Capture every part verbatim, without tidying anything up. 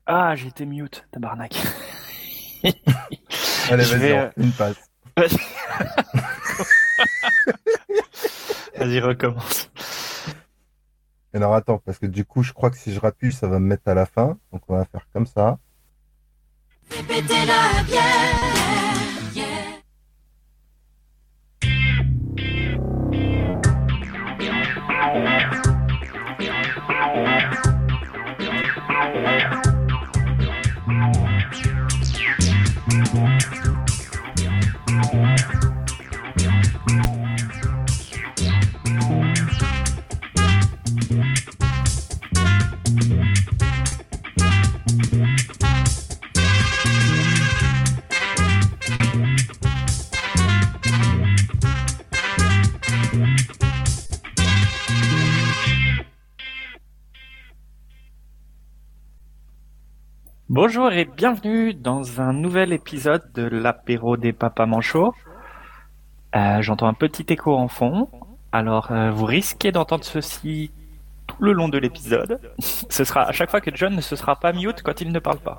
Ah, j'ai été mute, tabarnak. Allez, Je vas-y, vais. on euh, refait une passe. Vas-y, vas-y, recommence. Alors attends, parce que du coup, je crois que si je rappuie, ça va me mettre à la fin. Donc on va faire comme ça. Répétez la bière, yeah. Bonjour et bienvenue dans un nouvel épisode de l'apéro des papas manchots. Euh, j'entends un petit écho en fond, alors euh, vous risquez d'entendre ceci tout le long de l'épisode. Ce sera à chaque fois que John ne se sera pas mute quand il ne parle pas.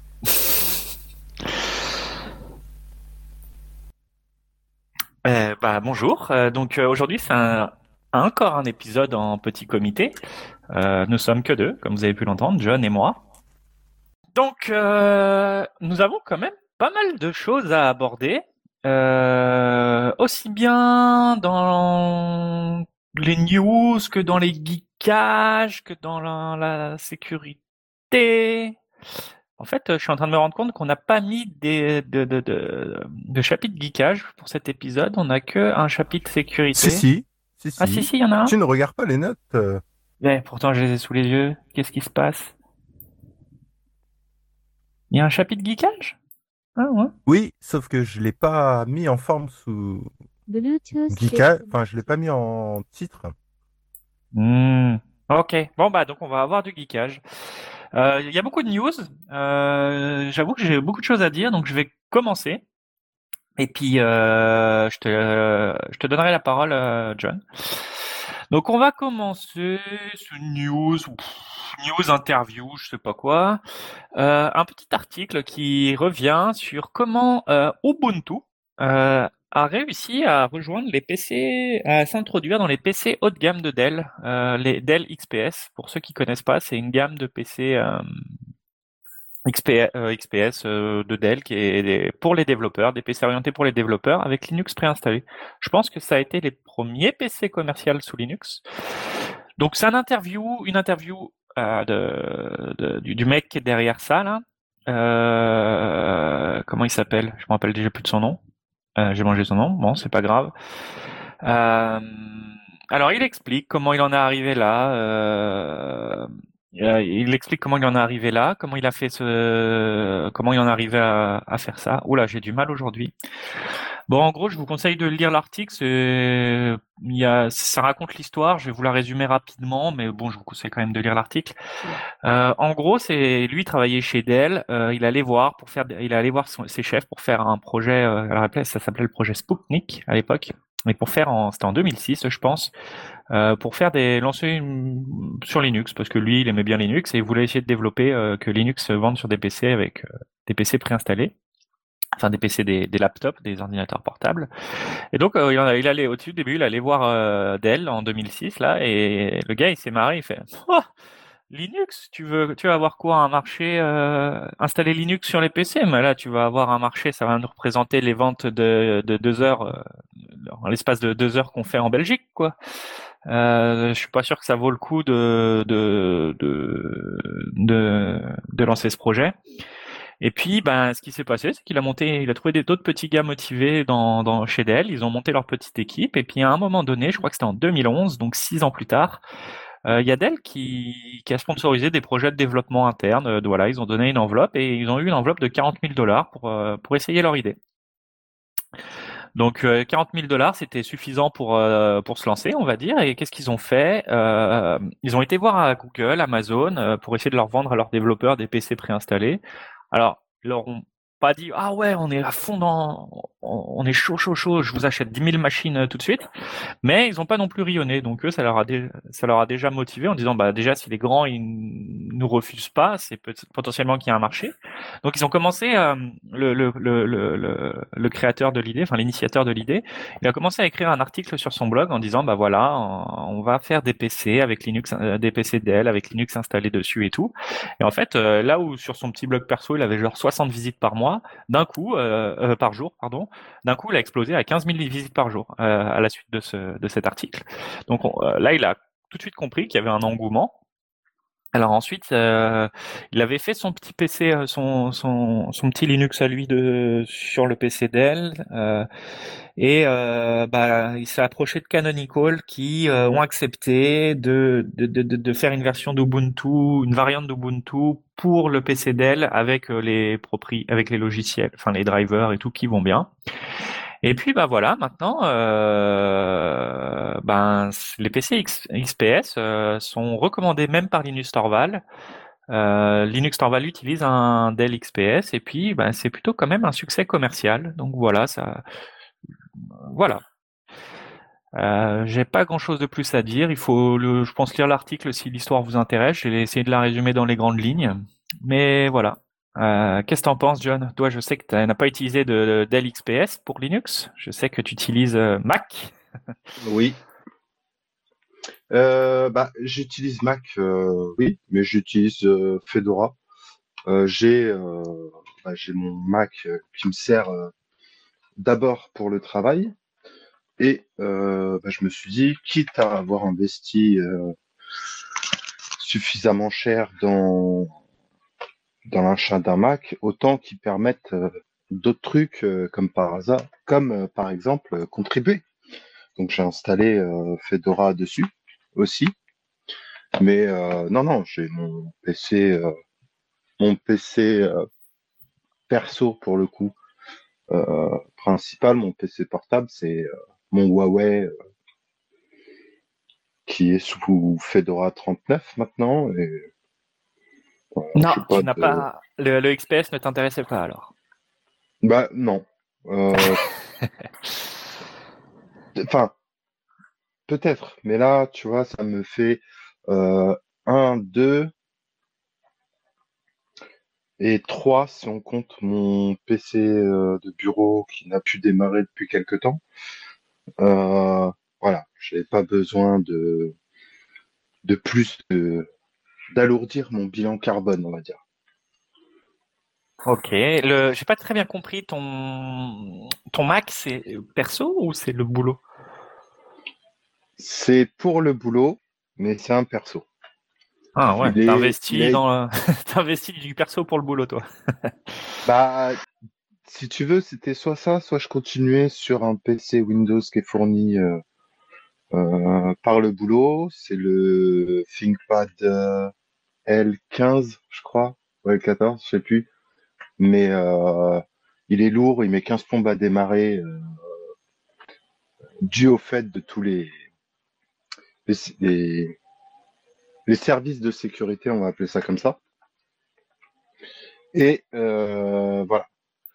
Euh, bah bonjour. Euh, donc euh, aujourd'hui c'est un, encore un épisode en petit comité. Euh, nous sommes que deux, comme vous avez pu l'entendre, John et moi. Donc, euh, nous avons quand même pas mal de choses à aborder, euh, aussi bien dans les news que dans les geekages, que dans la, la sécurité. En fait, je suis en train de me rendre compte qu'on n'a pas mis des, de, de, de, de chapitre geekage pour cet épisode. On n'a que un chapitre Si, sécurité. si, si, Ah si, si. si, il y en a un. Tu ne regardes pas les notes. euh. Mais pourtant, je les ai sous les yeux. Qu'est-ce qui se passe? Il y a un chapitre geekage? Ah ouais. Oui, sauf que je l'ai pas mis en forme sous Bluetooth Geeka. Enfin, je l'ai pas mis en titre. Hmm. Ok. Bon bah donc on va avoir du geekage. Euh, Il y a beaucoup de news. Euh, j'avoue que j'ai beaucoup de choses à dire, donc je vais commencer. Et puis euh, je te je te donnerai la parole, euh, John. Donc on va commencer ce news, pff, news interview, je sais pas quoi. Euh, un petit article qui revient sur comment euh, Ubuntu euh, a réussi à rejoindre les P C, à s'introduire dans les P C haut de gamme de Dell, euh, les Dell X P S. Pour ceux qui connaissent pas, c'est une gamme de P C euh, X P, euh, X P S euh, de Dell qui est des- pour les développeurs, des P C orientés pour les développeurs avec Linux préinstallé. Je pense que ça a été les premiers P C commerciaux sous Linux. Donc c'est un interview, une interview euh, de, de- du, du mec qui est derrière ça là. Euh, comment il s'appelle? Je me rappelle déjà plus de son nom. Euh, j'ai mangé son nom. Bon, c'est pas grave. Euh, alors il explique comment il en est arrivé là. Euh, euh, il explique comment il en est arrivé là, comment il a fait ce, comment il en est arrivé à, à faire ça. Oula, j'ai du mal aujourd'hui. Bon, en gros, je vous conseille de lire l'article. C'est, il y a, ça raconte l'histoire. Je vais vous la résumer rapidement, mais bon, je vous conseille quand même de lire l'article. Euh, en gros, c'est lui travaillait chez Dell. Euh, il allait voir pour faire, il allait voir son- ses chefs pour faire un projet. Euh, alors, après, ça s'appelait le projet Sputnik à l'époque. Mais pour faire en, c'était en deux mille six, je pense, euh, pour faire des lancer une- sur Linux, parce que lui, il aimait bien Linux et il voulait essayer de développer euh, que Linux se vende sur des P C avec euh, des P C préinstallés, enfin des P C, des, des laptops, des ordinateurs portables. Et donc, euh, il, en a- il allait au-dessus, au début, il allait voir euh, Dell en deux mille six là, et le gars, il s'est marré, il fait. Oh, Linux, tu veux, tu vas avoir quoi, un marché, euh, installer Linux sur les P C, mais là tu vas avoir un marché, ça va nous représenter les ventes de, de deux heures, euh, en l'espace de deux heures qu'on fait en Belgique, quoi. Euh, je suis pas sûr que ça vaut le coup de de de de, de lancer ce projet. Et puis, ben, ce qui s'est passé, c'est qu'il a monté, il a trouvé des- d'autres petits gars motivés dans, dans chez Dell. Ils ont monté leur petite équipe. Et puis, à un moment donné, je crois que c'était en deux mille onze, donc six ans plus tard, euh, il y a Dell qui, qui a sponsorisé des projets de développement interne. Euh, voilà, ils ont donné une enveloppe et ils ont eu une enveloppe de quarante mille dollars pour euh, pour essayer leur idée. Donc euh, quarante mille dollars, c'était suffisant pour euh, pour se lancer, on va dire. Et qu'est-ce qu'ils ont fait? Euh, Ils ont été voir à Google, Amazon, euh, pour essayer de leur vendre à leurs développeurs des P C préinstallés. Alors, ils leur ont pas dit ah ouais, on est à fond dans, on est chaud chaud chaud, je vous achète dix mille machines euh, tout de suite. Mais ils n'ont pas non plus rayonné, donc eux, ça leur a, dé- ça leur a déjà motivé en disant, bah déjà, si les grands ils nous refusent pas, c'est peut- potentiellement qu'il y a un marché. Donc ils ont commencé, euh, le, le, le, le, le, le créateur de l'idée, enfin l'initiateur de l'idée, il a commencé à écrire un article sur son blog en disant, bah voilà, on, on va faire des P C avec Linux, euh, des P C Dell avec Linux installé dessus et tout. Et en fait, euh, là où sur son petit blog perso, il avait genre soixante visites par mois, d'un coup, euh, euh, par jour, pardon, d'un coup, il a explosé à quinze mille visites par jour euh, à la suite de, ce, de cet article. Donc on- euh, là, il a tout de suite compris qu'il y avait un engouement. Alors ensuite, euh, il avait fait son petit P C, euh, son, son, son petit Linux à lui de, sur le P C Dell, euh, et euh, bah, il s'est approché de Canonical qui euh, ont accepté de, de, de, de de faire une version d'Ubuntu, une variante d'Ubuntu pour le P C Dell avec euh, les propri, avec les logiciels, enfin les drivers et tout qui vont bien. Et puis bah voilà, maintenant, euh, ben les P C X- XPS euh, sont recommandés même par Linus Torvald. Euh, Linux Torvald utilise un Dell X P S et puis ben, c'est plutôt quand même un succès commercial. Donc voilà, ça, voilà. Euh, j'ai pas grand-chose de plus à dire. Il faut, le, je pense lire l'article si l'histoire vous intéresse. J'ai essayé de la résumer dans les grandes lignes, mais voilà. Euh, qu'est-ce que t'en penses, John? Toi, je sais que tu n'as pas utilisé de Dell X P S pour Linux. Je sais que tu utilises euh, Mac. Oui. Euh, bah, j'utilise Mac, euh, oui, mais j'utilise euh, Fedora. Euh, j'ai euh, bah, j'ai mon Mac euh, qui me sert euh, d'abord pour le travail. Et euh, bah, je me suis dit, quitte à avoir investi euh, suffisamment cher dans, dans l'achat d'un Mac, autant qu'ils permettent euh, d'autres trucs euh, comme par hasard, comme euh, par exemple euh, contribuer. Donc j'ai installé euh, Fedora dessus aussi. Mais euh, non, non, j'ai mon P C, euh, mon P C euh, perso pour le coup euh, principal, mon P C portable, c'est euh, mon Huawei euh, qui est sous Fedora trente-neuf maintenant. Et voilà, Non, j'ai pas tu n'as de. pas le, le X P S ne t'intéressait pas alors. Bah non. Euh, Enfin, peut-être, mais là, tu vois, ça me fait euh, un, deux et trois si on compte mon P C euh, de bureau qui n'a pu démarrer depuis quelque temps. Euh, voilà, j'ai pas besoin de, de plus de, d'alourdir mon bilan carbone, on va dire. Ok. Le, j'ai pas très bien compris ton ton Mac, c'est perso ou c'est le boulot? C'est pour le boulot, mais c'est un perso. Ah ouais, Il est, il t'investis est, dans, t'investis du perso pour le boulot, toi. bah, si tu veux, c'était soit ça, soit je continuais sur un P C Windows qui est fourni euh, euh, par le boulot. C'est le ThinkPad euh, L quinze, je crois, ou L quatorze, je sais plus. Mais euh, il est lourd, il met quinze plombes à démarrer, euh, dû au fait de tous les, les, les, les services de sécurité, on va appeler ça comme ça. Et euh, voilà.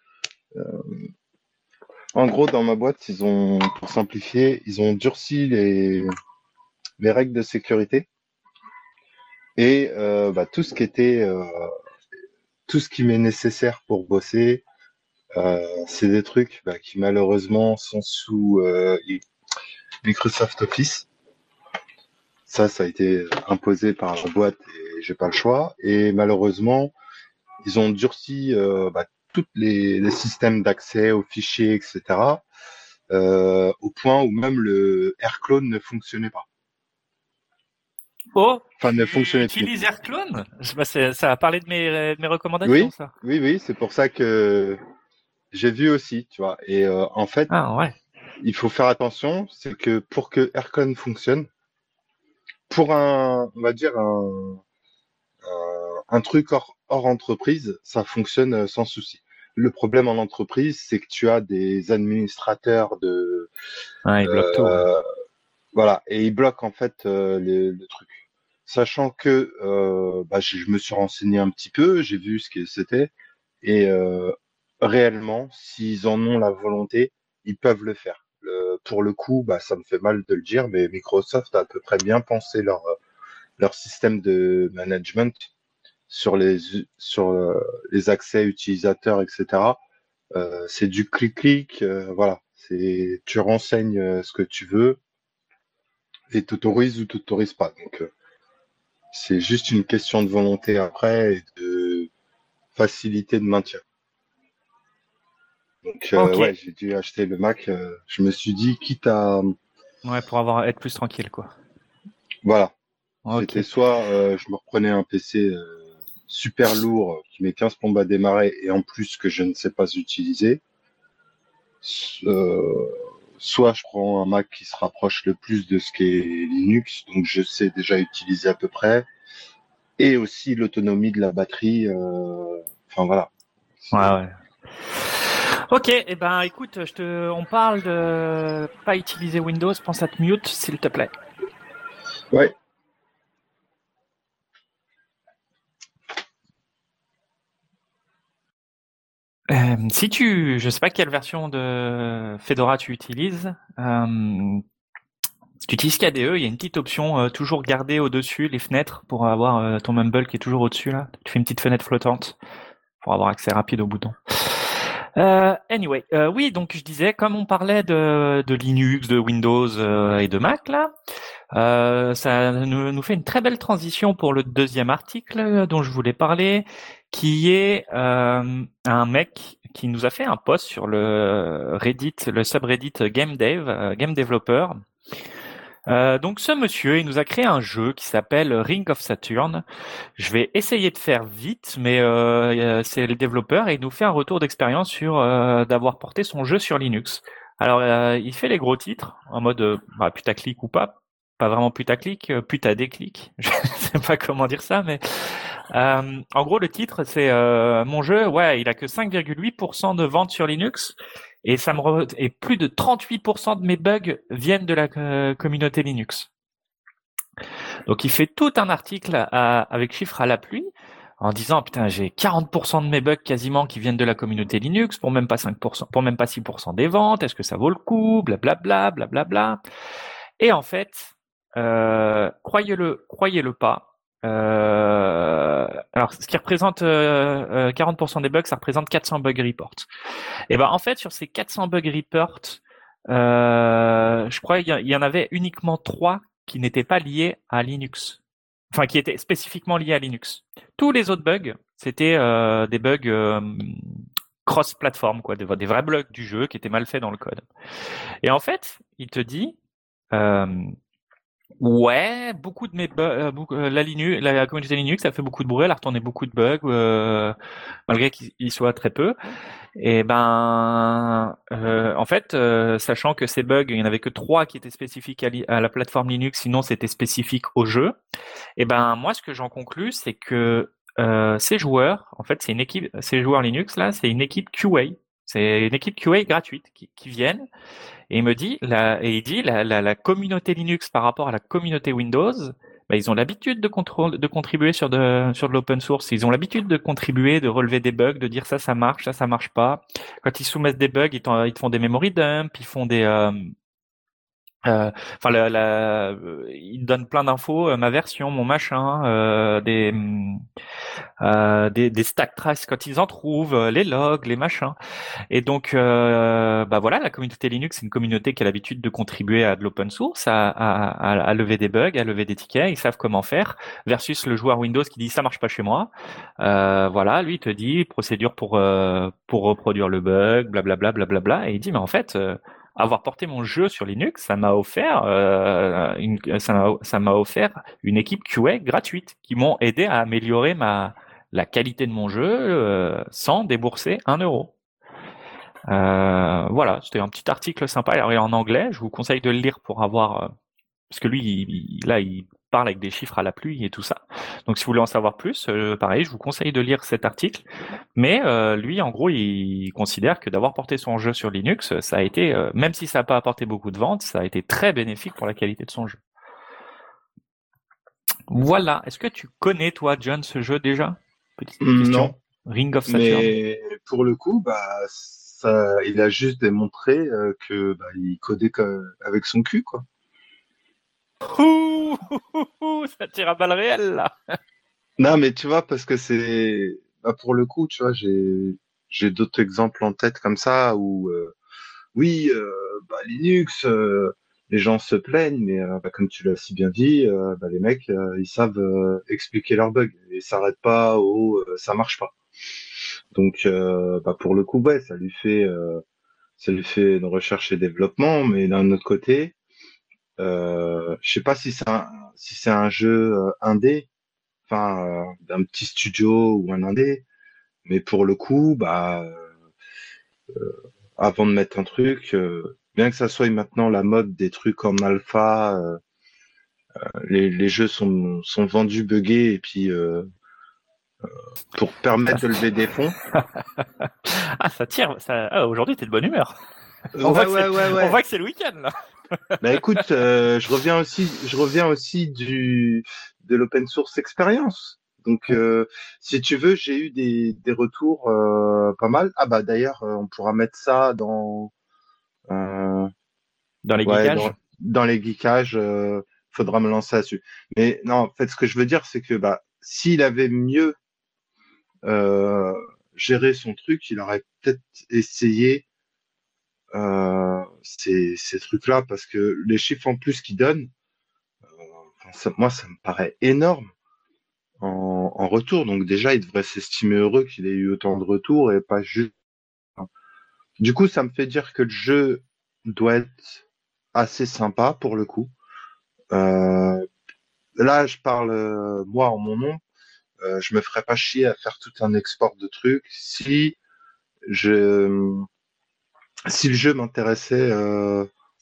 En gros, dans ma boîte, ils ont, pour simplifier, ils ont durci les, les règles de sécurité et euh, bah, tout ce qui était, euh, tout ce qui m'est nécessaire pour bosser, euh, c'est des trucs bah, qui malheureusement sont sous euh, Microsoft Office. Ça, ça a été imposé par la boîte et j'ai pas le choix. Et malheureusement, ils ont durci euh, bah, tous les, les systèmes d'accès aux fichiers, et cetera. Euh, au point où même le AirClone ne fonctionnait pas. Oh, Enfin, ne tu fonctionnait plus. utilises AirClone? Je- bah, c'est- ça a parlé de mes, de mes recommandations, Oui, ça. oui, oui, c'est pour ça que j'ai vu aussi, tu vois. Et euh, en fait, Ah ouais. il faut faire attention, c'est que pour que AirClone fonctionne, pour un, on va dire un, un, un truc hors, hors entreprise, ça fonctionne euh, sans souci. Le problème en entreprise, c'est que tu as des administrateurs de, Ouais, il bloque tout. Ouais. euh, voilà, et ils bloquent en fait euh, le, le truc. Sachant que euh, bah, je, je me suis renseigné un petit peu, j'ai vu ce que c'était, et euh, réellement, s'ils en ont la volonté, ils peuvent le faire. Le- pour le coup, bah, ça me fait mal de le dire, mais Microsoft a à peu près bien pensé leur, leur système de management sur les, sur euh, les accès utilisateurs, et cetera. Euh, c'est du clic-clic, euh, voilà. C'est, tu renseignes euh, ce que tu veux et t'autorises ou t'autorises pas. Donc, euh, c'est juste une question de volonté après et de facilité de maintien. Donc, euh, Ok. ouais, j'ai dû acheter le Mac. euh, je me suis dit, quitte à, Ouais, pour avoir être plus tranquille, quoi. voilà, Ok. c'était soit euh, je me reprenais un P C euh, super lourd euh, qui met quinze plombes à démarrer et en plus que je ne sais pas utiliser, euh, soit je prends un Mac qui se rapproche le plus de ce qu'est Linux, donc je sais déjà utiliser à peu près, et aussi l'autonomie de la batterie. euh, Enfin voilà. Ouais, C'est- ouais. Ok, eh ben écoute, je te, on parle de pas utiliser Windows, pense à te mute, s'il te plaît. Ouais, Euh, si tu, je sais pas quelle version de Fedora tu utilises, euh, si tu utilises K D E, il y a une petite option euh, toujours garder au-dessus les fenêtres pour avoir euh, ton Mumble qui est toujours au-dessus là. Tu fais une petite fenêtre flottante pour avoir accès rapide au bouton. Euh, anyway, euh, oui, donc je disais, comme on parlait de, de Linux, de Windows euh, et de Mac là, euh, ça nous, nous fait une très belle transition pour le deuxième article dont je voulais parler, qui est euh, un mec qui nous a fait un post sur le Reddit, le subreddit Game Dev, euh, Game Developer. Euh, donc ce monsieur, il nous a créé un jeu qui s'appelle Ring of Saturn. Je vais essayer de faire vite, mais euh, c'est le développeur et il nous fait un retour d'expérience sur euh, d'avoir porté son jeu sur Linux. Alors, euh, il fait les gros titres en mode euh, bah, putaclic ou pas, pas vraiment putaclic, euh, putadéclic. Je sais pas comment dire ça, mais euh, en gros le titre c'est euh, mon jeu. Ouais, il a que cinq virgule huit pour cent de ventes sur Linux et ça me re- et plus de trente-huit pour cent de mes bugs viennent de la euh, communauté Linux. Donc il fait tout un article à- avec chiffres à la pluie en disant putain j'ai quarante pour cent de mes bugs quasiment qui viennent de la communauté Linux pour même pas cinq pour cent, pour même pas six pour cent des ventes. Est-ce que ça vaut le coup? Blablabla, blablabla. Et en fait, euh, croyez-le, croyez-le pas. Euh, alors ce qui représente euh, euh, quarante pour cent des bugs, ça représente quatre cents bug reports. Et ben en fait sur ces quatre cents bug reports, euh, je crois qu'il y, y en avait uniquement trois qui n'étaient pas liés à Linux, enfin qui étaient spécifiquement liés à Linux. Tous les autres bugs, c'était euh, des bugs euh, cross-platform, quoi, des, des vrais bugs du jeu qui étaient mal faits dans le code. Et en fait, il te dit, euh, ouais, beaucoup de mes bugs, euh, beaucoup- euh, la Linux, la communauté Linux, ça fait beaucoup de bruit, elle a retourné beaucoup de bugs, euh, malgré qu'il il soit très peu. Et ben, euh, en fait, euh, sachant que ces bugs, il y en avait que trois qui étaient spécifiques à, li- à la plateforme Linux, sinon c'était spécifique au jeu. Et ben, moi, ce que j'en conclus, c'est que euh, ces joueurs, en fait, c'est une équipe, ces joueurs Linux là, c'est une équipe Q A. C'est une équipe Q A gratuite qui, qui viennent et il me dit, la, et il dit, la, la, la communauté Linux par rapport à la communauté Windows, bah, ils ont l'habitude de, contrôle, de contribuer sur de, sur de l'open source. Ils ont l'habitude de contribuer, de relever des bugs, de dire ça, ça marche, ça, ça marche pas. Quand ils soumettent des bugs, ils, t'en- ils te font des memory dumps, ils font des, euh, euh, enfin, la, la, euh, ils donnent plein d'infos, euh, ma version, mon machin, euh, des, euh, des, des stack traces quand ils en trouvent, euh, les logs, les machins. Et donc, euh, bah voilà, la communauté Linux, c'est une communauté qui a l'habitude de contribuer à de l'open source, à, à, à, à lever des bugs, à lever des tickets. Ils savent comment faire. Versus le joueur Windows qui dit ça marche pas chez moi. Euh, voilà, lui il te dit procédure pour euh, pour reproduire le bug, blablabla, blablabla. Et il dit mais en fait. Euh, avoir porté mon jeu sur Linux, ça m'a offert, euh, une, ça m'a, ça m'a offert une équipe Q A gratuite qui m'ont aidé à améliorer ma la qualité de mon jeu euh, sans débourser un euro. Euh, voilà, c'était un petit article sympa. Alors, il est en anglais, je vous conseille de le lire pour avoir, euh, parce que lui, il, il- là, il parle avec des chiffres à la pluie et tout ça. Donc, si vous voulez en savoir plus, euh, pareil, je vous conseille de lire cet article. Mais euh, lui, en gros, il considère que d'avoir porté son jeu sur Linux, ça a été, euh, même si ça n'a pas apporté beaucoup de ventes, ça a été très bénéfique pour la qualité de son jeu. Voilà. Est-ce que tu connais, toi, John, ce jeu déjà? Petite Hum, question. non, Ring of Saturn. Mais pour le coup, bah, ça, il a juste démontré euh, que bah, il codait que- avec son cul, quoi. Ouh, ouh, ouh, ça tire à balles réelles là. Non, mais tu vois, parce que c'est, bah, pour le coup, tu vois, j'ai, j'ai d'autres exemples en tête comme ça où, euh, oui, euh, bah, Linux, euh, les gens se plaignent, mais euh, bah, comme tu l'as si bien dit, euh, bah, les mecs, euh, ils savent euh, expliquer leurs bugs et s'arrêtent pas au, euh, ça marche pas. Donc, euh, bah, pour le coup, ouais, ça lui fait, euh, ça lui fait une recherche et développement, mais d'un autre côté, euh, je sais pas si c'est un, si c'est un jeu euh, indé, enfin, euh, d'un petit studio ou un indé, mais pour le coup, bah, avant de mettre un truc, euh, bien que ça soit maintenant la mode des trucs en alpha, euh, les, les jeux sont, sont vendus buggés et puis euh, pour permettre de lever des fonds. Ah, ça tire. Ça... Ah, aujourd'hui, t'es de bonne humeur. Euh, On voit ouais, que ouais, c'est, ouais, on ouais. voit que c'est le week-end là. Bah écoute, euh, je reviens aussi, je reviens aussi du de l'open source expérience. Donc, euh, si tu veux, j'ai eu des, des retours euh, pas mal. Ah bah d'ailleurs, euh, on pourra mettre ça dans euh, Dans les ouais geekages. dans dans les geekages. Euh, faudra me lancer là-dessus. Mais non, en fait, ce que je veux dire, c'est que bah s'il avait mieux euh, géré son truc, il aurait peut-être essayé euh, ces ces trucs-là parce que les chiffres en plus qu'il donne. Enfin, ça- moi, ça me paraît énorme en, en retour. Donc déjà, il devrait s'estimer heureux qu'il ait eu autant de retours et pas juste. Du coup, ça me fait dire que le jeu doit être assez sympa pour le coup. Euh, là, je parle euh, moi en mon nom. Euh, je me ferais pas chier à faire tout un export de trucs si je si le jeu m'intéressait euh,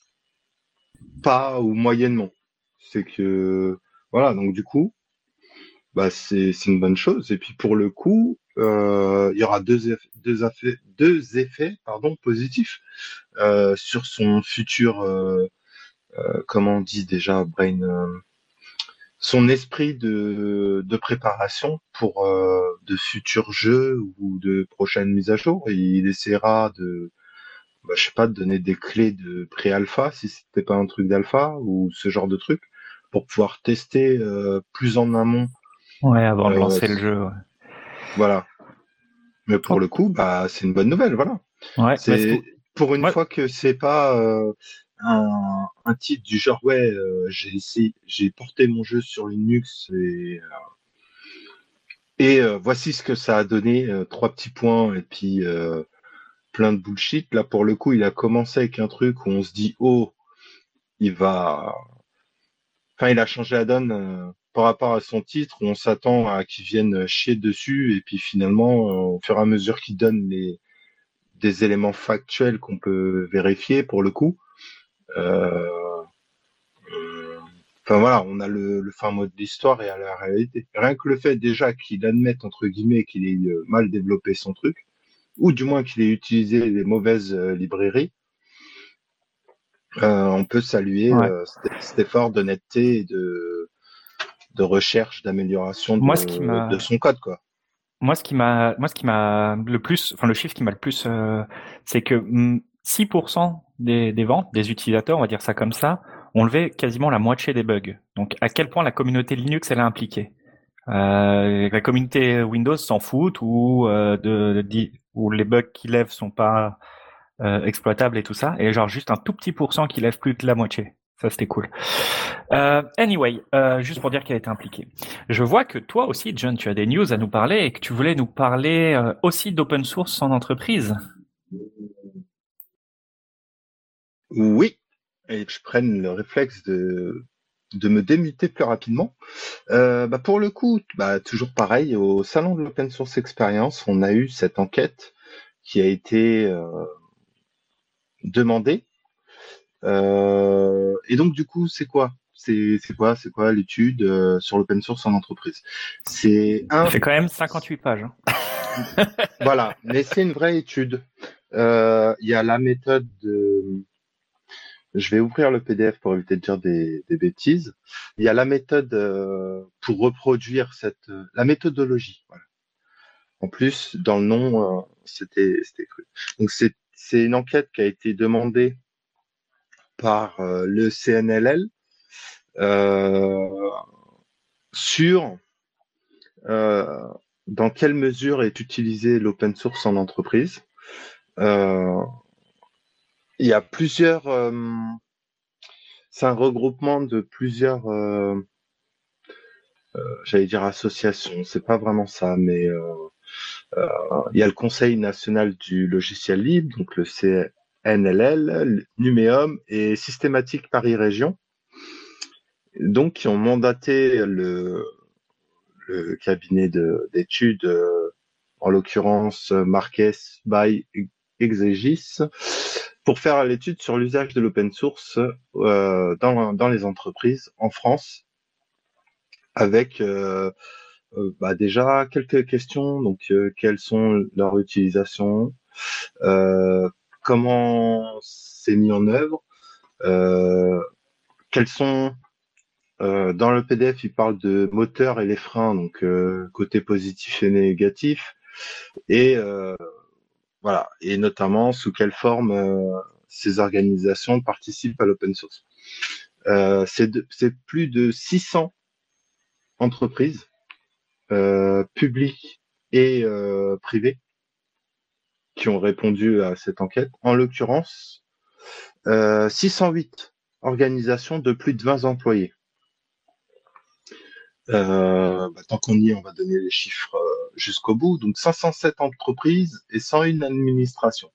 pas ou moyennement. C'est que voilà. Donc du coup. Bah c'est c'est une bonne chose. Et puis pour le coup, euh, il y aura deux effets, deux effets, deux effets pardon, positifs euh, sur son futur, euh, euh, comment on dit déjà, brain, euh, son esprit de, de préparation pour euh, de futurs jeux ou de prochaines mises à jour. Et il essaiera de, bah, je sais pas, de donner des clés de pré-alpha si c'était pas un truc d'alpha ou ce genre de truc pour pouvoir tester euh, plus en amont. Ouais, avant de Euh, lancer le jeu. Ouais. voilà. Mais pour Oh, le coup, bah, c'est une bonne nouvelle, voilà. ouais, mais ce que- C'est pour une moi, fois que c'est pas euh, un, un titre du genre ouais, euh, j'ai essayé, j'ai porté mon jeu sur Linux et, et euh, voici ce que ça a donné, euh, trois petits points et puis euh, plein de bullshit. Là, pour le coup, il a commencé avec un truc où on se dit oh, il va, enfin, il a changé la donne euh, par rapport à son titre où on s'attend à qu'il vienne chier dessus et puis finalement, euh, au fur et à mesure qu'il donne les des éléments factuels qu'on peut vérifier pour le coup. Euh, euh, enfin voilà, on a le, le fin mot de l'histoire et à la réalité. Rien que le fait déjà qu'il admette entre guillemets qu'il ait euh, mal développé son truc, ou du moins qu'il ait utilisé les mauvaises euh, librairies, euh, on peut saluer ouais. euh, cet, cet effort d'honnêteté et de, de recherche, d'amélioration Moi, ce qui de, de m'a, son code, quoi. moi, ce qui m'a, moi, ce qui m'a le plus, enfin, le chiffre qui m'a le plus, euh, c'est que mm, six pour cent des, des ventes, des utilisateurs, on va dire ça comme ça, ont levé quasiment la moitié des bugs. Donc, à quel point la communauté Linux, elle est impliquée. Euh, la communauté Windows s'en fout ou euh, de, de, ou les bugs qu'ils lèvent sont pas euh, exploitables et tout ça, et genre juste un tout petit pourcent qui lève plus de la moitié. Ça, c'était cool. Euh, anyway, euh, juste pour dire qu'elle était impliquée. Je vois que toi aussi, John, tu as des news à nous parler et que tu voulais nous parler euh, aussi d'open source en entreprise. Oui, et que je prenne le réflexe de, de me démuter plus rapidement. Euh, bah pour le coup, bah toujours pareil, au salon de l'Open Source Experience, on a eu cette enquête qui a été euh, demandée. Euh, et donc du coup, c'est quoi? C'est c'est quoi? C'est quoi l'étude euh, sur l'open source en entreprise? C'est Ça un, fait quand même cinquante-huit pages. Hein. voilà, mais c'est une vraie étude. Euh, Il y a la méthode de, je vais ouvrir le P D F pour éviter de dire des, des bêtises. Il y a la méthode euh, pour reproduire cette, la méthodologie. Voilà. En plus, dans le nom, euh, c'était c'était cru. Donc c'est c'est une enquête qui a été demandée par euh, le C N L L euh, sur euh, dans quelle mesure est utilisé l'open source en entreprise. Euh, il y a plusieurs, euh, c'est un regroupement de plusieurs, euh, j'allais dire associations, c'est pas vraiment ça, mais euh, euh, il y a le Conseil national du logiciel libre, donc le C N L L, Numéum et Systématique Paris Région, donc qui ont mandaté le, le cabinet de, d'études, euh, en l'occurrence Marquez by Exegis, pour faire l'étude sur l'usage de l'open source euh, dans, dans les entreprises en France, avec euh, euh, bah déjà quelques questions. Donc, euh, quelles sont leurs utilisations, euh, comment c'est mis en œuvre, euh, quels sont euh, dans le P D F, il parle de moteur et les freins, donc euh, côté positif et négatif, et euh, voilà, et notamment sous quelle forme euh, ces organisations participent à l'open source. Euh, c'est, de, c'est plus de six cents entreprises euh, publiques et euh, privées qui ont répondu à cette enquête. En l'occurrence, euh, six cent huit organisations de plus de vingt employés. Euh, bah, tant qu'on y est, on va donner les chiffres euh, jusqu'au bout. Donc cinq cent sept entreprises et cent un administrations.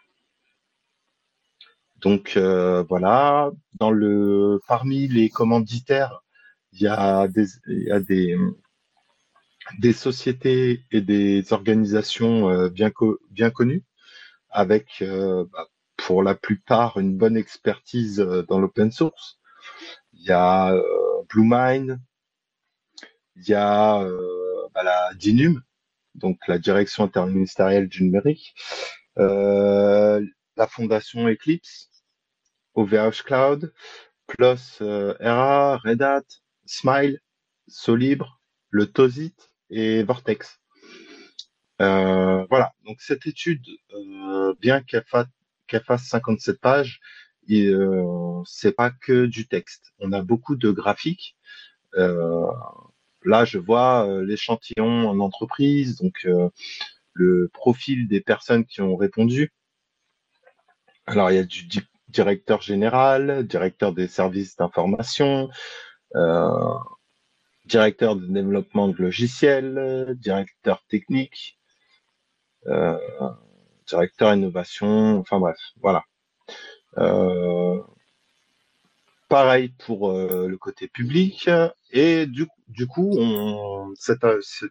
Donc euh, voilà, dans le parmi les commanditaires, il y a des il y a des des sociétés et des organisations euh, bien co- bien connues, avec euh, bah, pour la plupart une bonne expertise euh, dans l'open source. Il y a euh, Bluemind, il y a euh, bah, la DINUM, donc la Direction interministérielle du numérique, euh, la Fondation Eclipse, O V H Cloud, plus euh, Era, Red Hat, Smile, Solibre, le Tosit et Vortex. Euh, voilà, donc cette étude, euh, bien qu'elle fasse, qu'elle fasse cinquante-sept pages, et, euh, c'est pas que du texte. On a beaucoup de graphiques. Euh, là, je vois euh, l'échantillon en entreprise, donc euh, le profil des personnes qui ont répondu. Alors, il y a du di- directeur général, directeur des services d'information, euh, directeur de développement de logiciels, directeur technique, euh, directeur innovation, enfin bref, voilà. Euh, pareil pour euh, le côté public. Et du, du coup, on, cette, cette,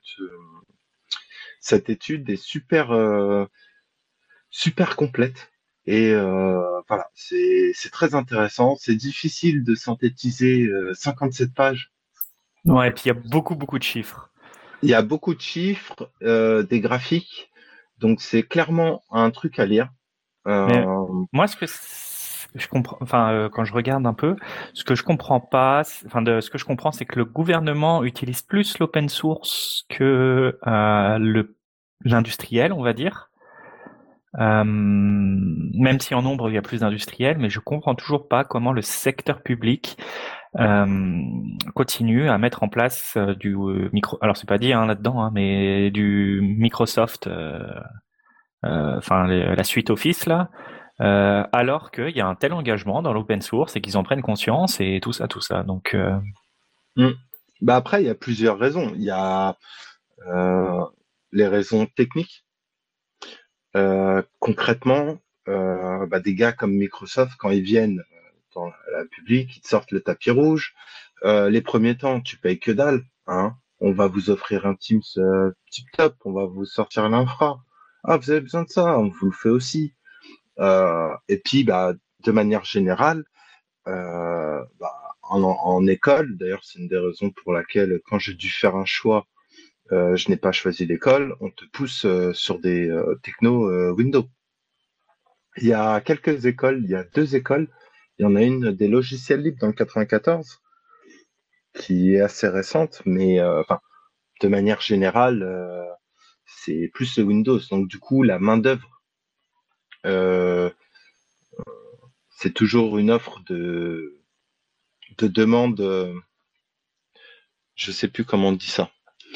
cette étude est super, euh, super complète. Et euh, voilà, c'est c'est très intéressant. C'est difficile de synthétiser euh, cinquante-sept pages. Ouais, et puis il y a beaucoup, beaucoup de chiffres. Il y a beaucoup de chiffres, euh, des graphiques, donc c'est clairement un truc à lire. Mais Euh, moi, ce que c- je comprends, enfin, euh, quand je regarde un peu, ce que je comprends pas, c'est- enfin, de ce que je comprends, c'est que le gouvernement utilise plus l'open source que euh, le l'industriel, on va dire. Euh, même si en nombre il y a plus d'industriels, mais je comprends toujours pas comment le secteur public euh, continue à mettre en place euh, du euh, micro. Alors c'est pas dit hein, là-dedans, hein, mais du Microsoft, euh, euh, enfin les- la suite Office là, euh, alors qu'il y a un tel engagement dans l'open source et qu'ils en prennent conscience et tout ça, tout ça. Donc euh, hmm. Bah après, il y a plusieurs raisons. Il y a euh, les raisons techniques. Euh, concrètement, euh, bah, des gars comme Microsoft, quand ils viennent dans la public, ils te sortent le tapis rouge. Euh, les premiers temps, tu payes que dalle. Hein. On va vous offrir un Teams euh, tip top, on va vous sortir l'infra. Ah, vous avez besoin de ça, on vous le fait aussi. Euh, et puis, bah, de manière générale, euh, bah, en, en école, d'ailleurs, c'est une des raisons pour laquelle, quand j'ai dû faire un choix, euh, je n'ai pas choisi l'école. On te pousse euh, sur des euh, technos euh, Windows. Il y a quelques écoles, il y a deux écoles. Il y en a une des logiciels libres dans le quatre-vingt-quatorze, qui est assez récente, mais euh, enfin, de manière générale, euh, c'est plus le Windows. Donc du coup, la main d'œuvre, euh, c'est toujours une offre de de demande. Euh, je sais plus comment on dit ça,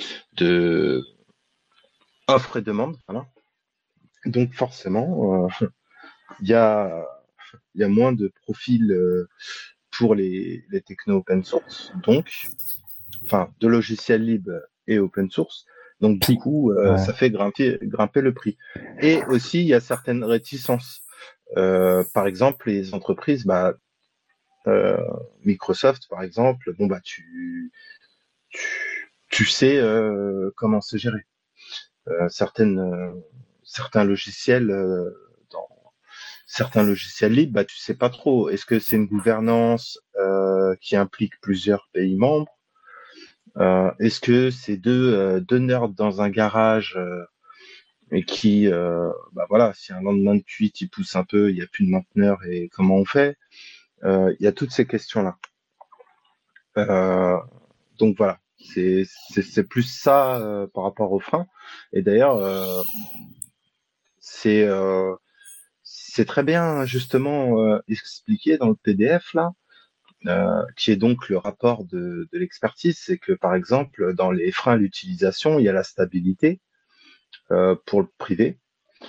de offre et demande. Voilà. Donc forcément, euh, il y a il y a moins de profils euh, pour les les techno open source. Donc, enfin, de logiciels libres et open source. Donc du Si. coup, euh, Ouais. ça fait grimper grimper le prix. Et aussi, il y a certaines réticences. Euh, par exemple, les entreprises, bah, euh, Microsoft, par exemple, bon bah tu tu, tu sais euh, comment c'est géré. Euh, certaines euh, certains logiciels euh, dans certains logiciels libres, bah tu sais pas trop. Est-ce que c'est une gouvernance euh, qui implique plusieurs pays membres? Euh, est-ce que c'est deux euh, deux nerds dans un garage euh, et qui, euh, bah voilà, si un lendemain de cuite il pousse un peu, il y a plus de mainteneur et comment on fait? Euh, Il y a toutes ces questions-là. Euh, donc voilà, c'est c'est c'est plus ça euh, par rapport aux freins. Et d'ailleurs, euh, c'est euh, c'est très bien justement euh, expliqué dans le P D F là, euh, qui est donc le rapport de, de l'expertise. C'est que par exemple, dans les freins à l'utilisation, il y a la stabilité euh, pour le privé.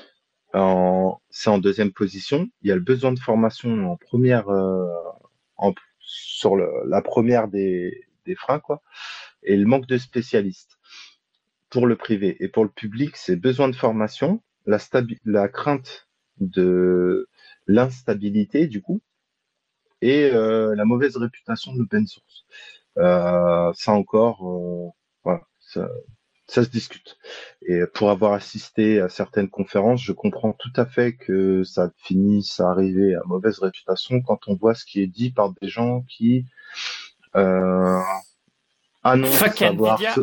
En, c'est en deuxième position. Il y a le besoin de formation en première, euh, en, sur le, la première des, des freins, quoi, et le manque de spécialistes pour le privé. Et pour le public, c'est besoin de formation, la, stabi- la crainte de l'instabilité, du coup, et euh, la mauvaise réputation de l'open source. Euh, ça encore, euh, voilà, ça, ça se discute. Et pour avoir assisté à certaines conférences, je comprends tout à fait que ça finisse à arriver à mauvaise réputation quand on voit ce qui est dit par des gens qui euh, annoncent Fuck savoir. Nvidia. Ce...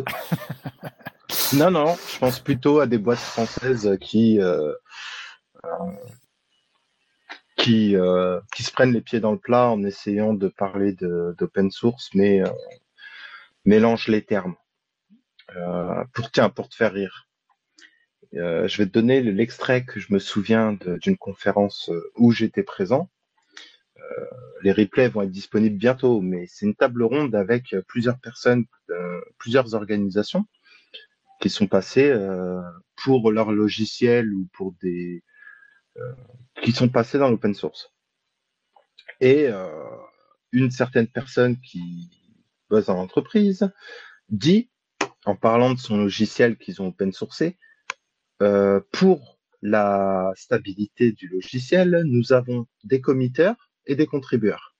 Non, non, je pense plutôt à des boîtes françaises qui euh, qui euh, qui se prennent les pieds dans le plat en essayant de parler de d'open source, mais euh, mélangent les termes. Euh, pour tiens, pour te faire rire. Euh, je vais te donner l'extrait que je me souviens de- d'une conférence euh, où j'étais présent. Les replays vont être disponibles bientôt, mais c'est une table ronde avec euh, plusieurs personnes, euh, plusieurs organisations qui sont passées euh, pour leur logiciel ou pour des euh, qui sont passées dans l'open source. Et euh, une certaine personne qui bosse dans l'entreprise dit, en parlant de son logiciel qu'ils ont open sourcé, euh, pour la stabilité du logiciel, nous avons des committeurs et des contributeurs.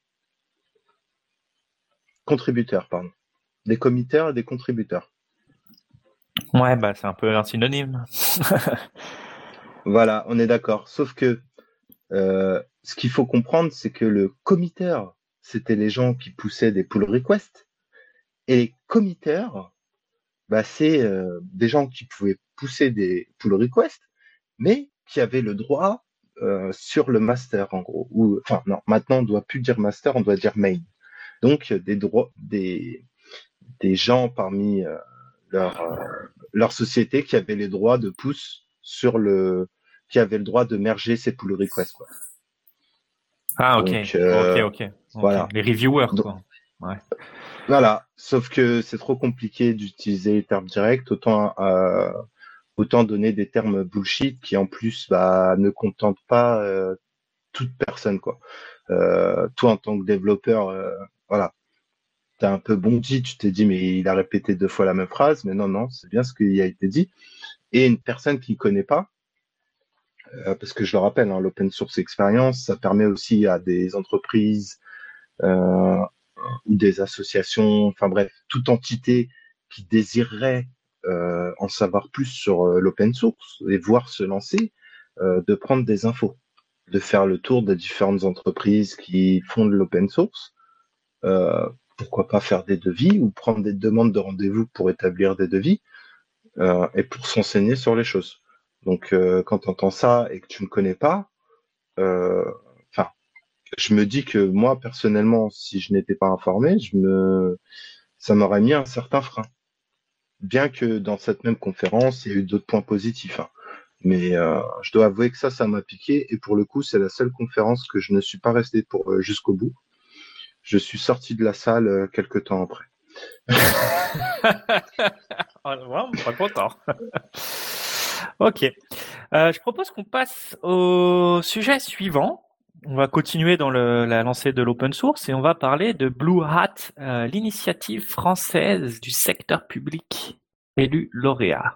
Contributeurs, pardon. Des committeurs et des contributeurs. Ouais, bah c'est un peu un synonyme. Voilà, on est d'accord. Sauf que euh, ce qu'il faut comprendre, c'est que le committeur, c'était les gens qui poussaient des pull requests. Et les committeurs, bah, c'est euh, des gens qui pouvaient pousser des pull requests, mais qui avaient le droit euh, sur le master, en gros. Ou, enfin, non, maintenant, on doit plus dire master, on doit dire main. Donc, des droits, des, des gens parmi euh, leur, euh, leur société qui avaient les droits de pouce sur le, qui avaient le droit de merger ces pull requests, quoi. Ah ok, Donc, ok, euh, ok, ok. voilà. Les reviewers Donc, quoi. Ouais. voilà. Sauf que c'est trop compliqué d'utiliser les termes directs. Autant, euh, autant donner des termes bullshit qui, en plus, bah, ne contentent pas euh, toute personne, quoi. Euh, toi, en tant que développeur, euh, voilà. T'as un peu bondi, tu t'es dit, mais il a répété deux fois la même phrase. Mais non, non, c'est bien ce qui a été dit. Et une personne qui ne connaît pas, euh, parce que je le rappelle, hein, l'open source experience, ça permet aussi à des entreprises euh, ou des associations, enfin bref, toute entité qui désirerait euh, en savoir plus sur euh, l'open source et voir se lancer, euh, de prendre des infos, de faire le tour des différentes entreprises qui font de l'open source. Euh, pourquoi pas faire des devis ou prendre des demandes de rendez-vous pour établir des devis euh, et pour s'enseigner sur les choses. Donc, euh, quand tu entends ça et que tu ne connais pas, euh, enfin, je me dis que moi, personnellement, si je n'étais pas informé, je me, ça m'aurait mis un certain frein. bien que dans cette même conférence, il y a eu d'autres points positifs, hein. Mais euh, je dois avouer que ça, ça m'a piqué. Et pour le coup, c'est la seule conférence que je ne suis pas resté pour euh, jusqu'au bout. Je suis sorti de la salle euh, quelques temps après. Oh, ouais, on sera content. Ok. Euh, je propose qu'on passe au sujet suivant. On va continuer dans le, la lancée de l'open source et on va parler de Blue Hat, euh, l'initiative française du secteur public élu lauréat.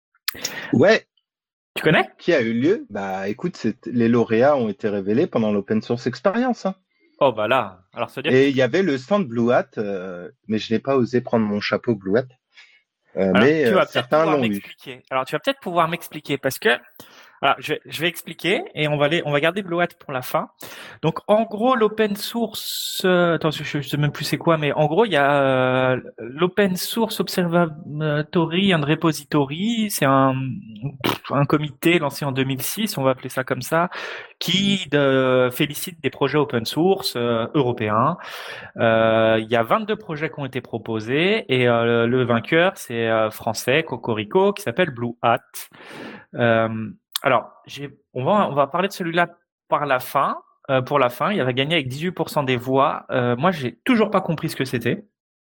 Ouais, Tu connais? qui a eu lieu? Bah écoute, c'est- les lauréats ont été révélés pendant l'Open Source Experience, hein. Oh bah là, alors ça veut dire Et que il y avait le stand Blue Hat, euh, mais je n'ai pas osé prendre mon chapeau Blue Hat. Euh, alors mais tu euh, vas peut-être certains pouvoir l'ont eu. m'expliquer. Alors tu vas peut-être pouvoir m'expliquer parce que alors, je vais, je vais expliquer et on va aller, on va garder Blue Hat pour la fin. Donc, en gros, l'open source, euh, attends, je, je sais même plus c'est quoi, mais en gros, il y a euh, l'Open Source Observatory and Repository. C'est un, pff, un comité lancé en deux mille six, on va appeler ça comme ça, qui de, félicite des projets open source euh, européens. Euh, il y a vingt-deux projets qui ont été proposés et euh, le vainqueur, c'est euh, français, Cocorico, qui s'appelle Blue Hat. Euh, alors, j'ai, on va, on va parler de celui-là par la fin. Euh, pour la fin, il avait gagné avec dix-huit pour cent des voix. Euh, moi, j'ai toujours pas compris ce que c'était.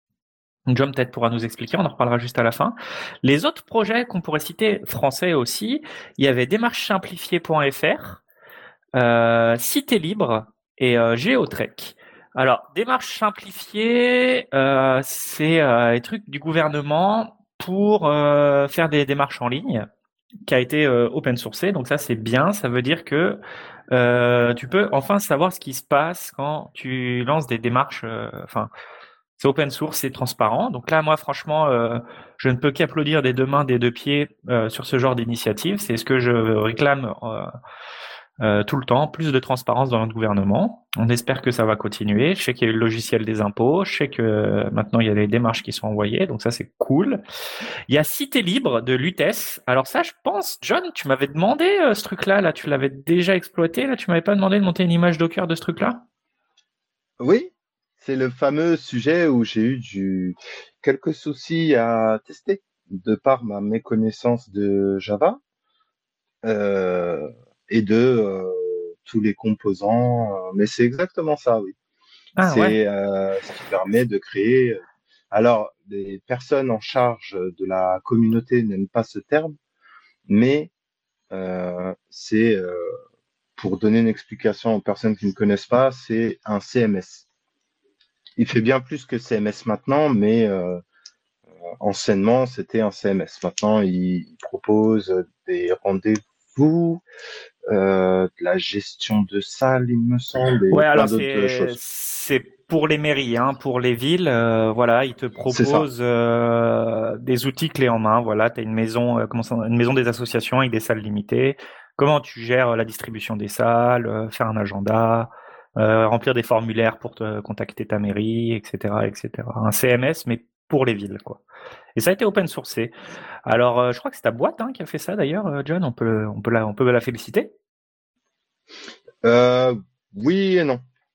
John peut-être pourra nous expliquer, on en reparlera juste à la fin. Les autres projets qu'on pourrait citer, français aussi, il y avait démarche simplifiée point f r, euh, Cité Libre et euh, Géotrek. Alors, démarche simplifiée, euh, c'est euh, les trucs du gouvernement pour euh, faire des démarches en ligne, qui a été euh, open sourcé. Donc ça, c'est bien. Ça veut dire que euh, tu peux enfin savoir ce qui se passe quand tu lances des démarches. euh, Enfin, c'est open source, c'est transparent. Donc là, moi, franchement, euh, je ne peux qu'applaudir des deux mains, des deux pieds euh, sur ce genre d'initiative. C'est ce que je réclame euh, euh, tout le temps, plus de transparence dans notre gouvernement. On espère que ça va continuer. Je sais qu'il y a eu le logiciel des impôts. Je sais que euh, maintenant, il y a les démarches qui sont envoyées. Donc ça, c'est cool. Il y a Cité Libre de l'U T E S. Alors ça, je pense, John, tu m'avais demandé euh, ce truc-là. Là, tu l'avais déjà exploité. Là, tu m'avais pas demandé de monter une image Docker de ce truc-là? Oui, c'est le fameux sujet où j'ai eu du... quelques soucis à tester de par ma méconnaissance de Java euh, et de euh, tous les composants. euh, Mais c'est exactement ça, oui. Ah ouais. C'est euh, ce qui permet de créer. Alors, les personnes en charge de la communauté n'aiment pas ce terme, mais euh, c'est, euh, pour donner une explication aux personnes qui ne connaissent pas, c'est un C M S. Il fait bien plus que C M S maintenant, mais euh, anciennement, c'était un C M S. Maintenant, il propose des rendez-vous, euh, de la gestion de salle, il me semble, et Ouais, plein alors d'autres c'est choses. c'est pour les mairies, hein, pour les villes. Euh, voilà, ils te C'est ça. proposent euh, des outils clés en main. Voilà, tu as une maison, euh, comment ça, une maison des associations avec des salles limitées. Comment tu gères la distribution des salles, euh, faire un agenda, euh, remplir des formulaires pour te contacter ta mairie, et cetera, et cetera. Un C M S, mais pour les villes, quoi. Et ça a été open sourcé. Alors, euh, je crois que c'est ta boîte hein, qui a fait ça d'ailleurs, euh, John. On peut, on peut la, on peut la féliciter. Euh, oui et non.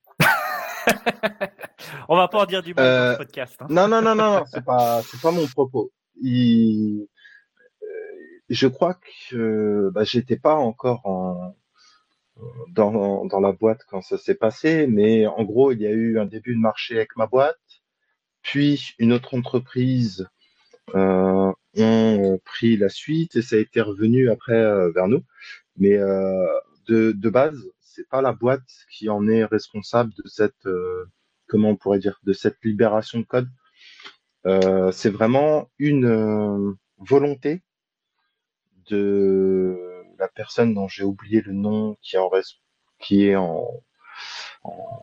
On va pas en dire du mal dans ce Euh, podcast. Hein. non, non, non, non, non, c'est pas, c'est pas mon propos. Il, je crois que bah, j'étais pas encore en, dans, dans la boîte quand ça s'est passé, mais en gros, il y a eu un début de marché avec ma boîte, puis une autre entreprise euh, ont pris la suite et ça a été revenu après euh, vers nous. Mais euh, de, de base, c'est pas la boîte qui en est responsable de cette, euh, comment on pourrait dire, de cette libération de code. Euh, c'est vraiment une euh, volonté de la personne dont j'ai oublié le nom, qui est en, res- qui est en, en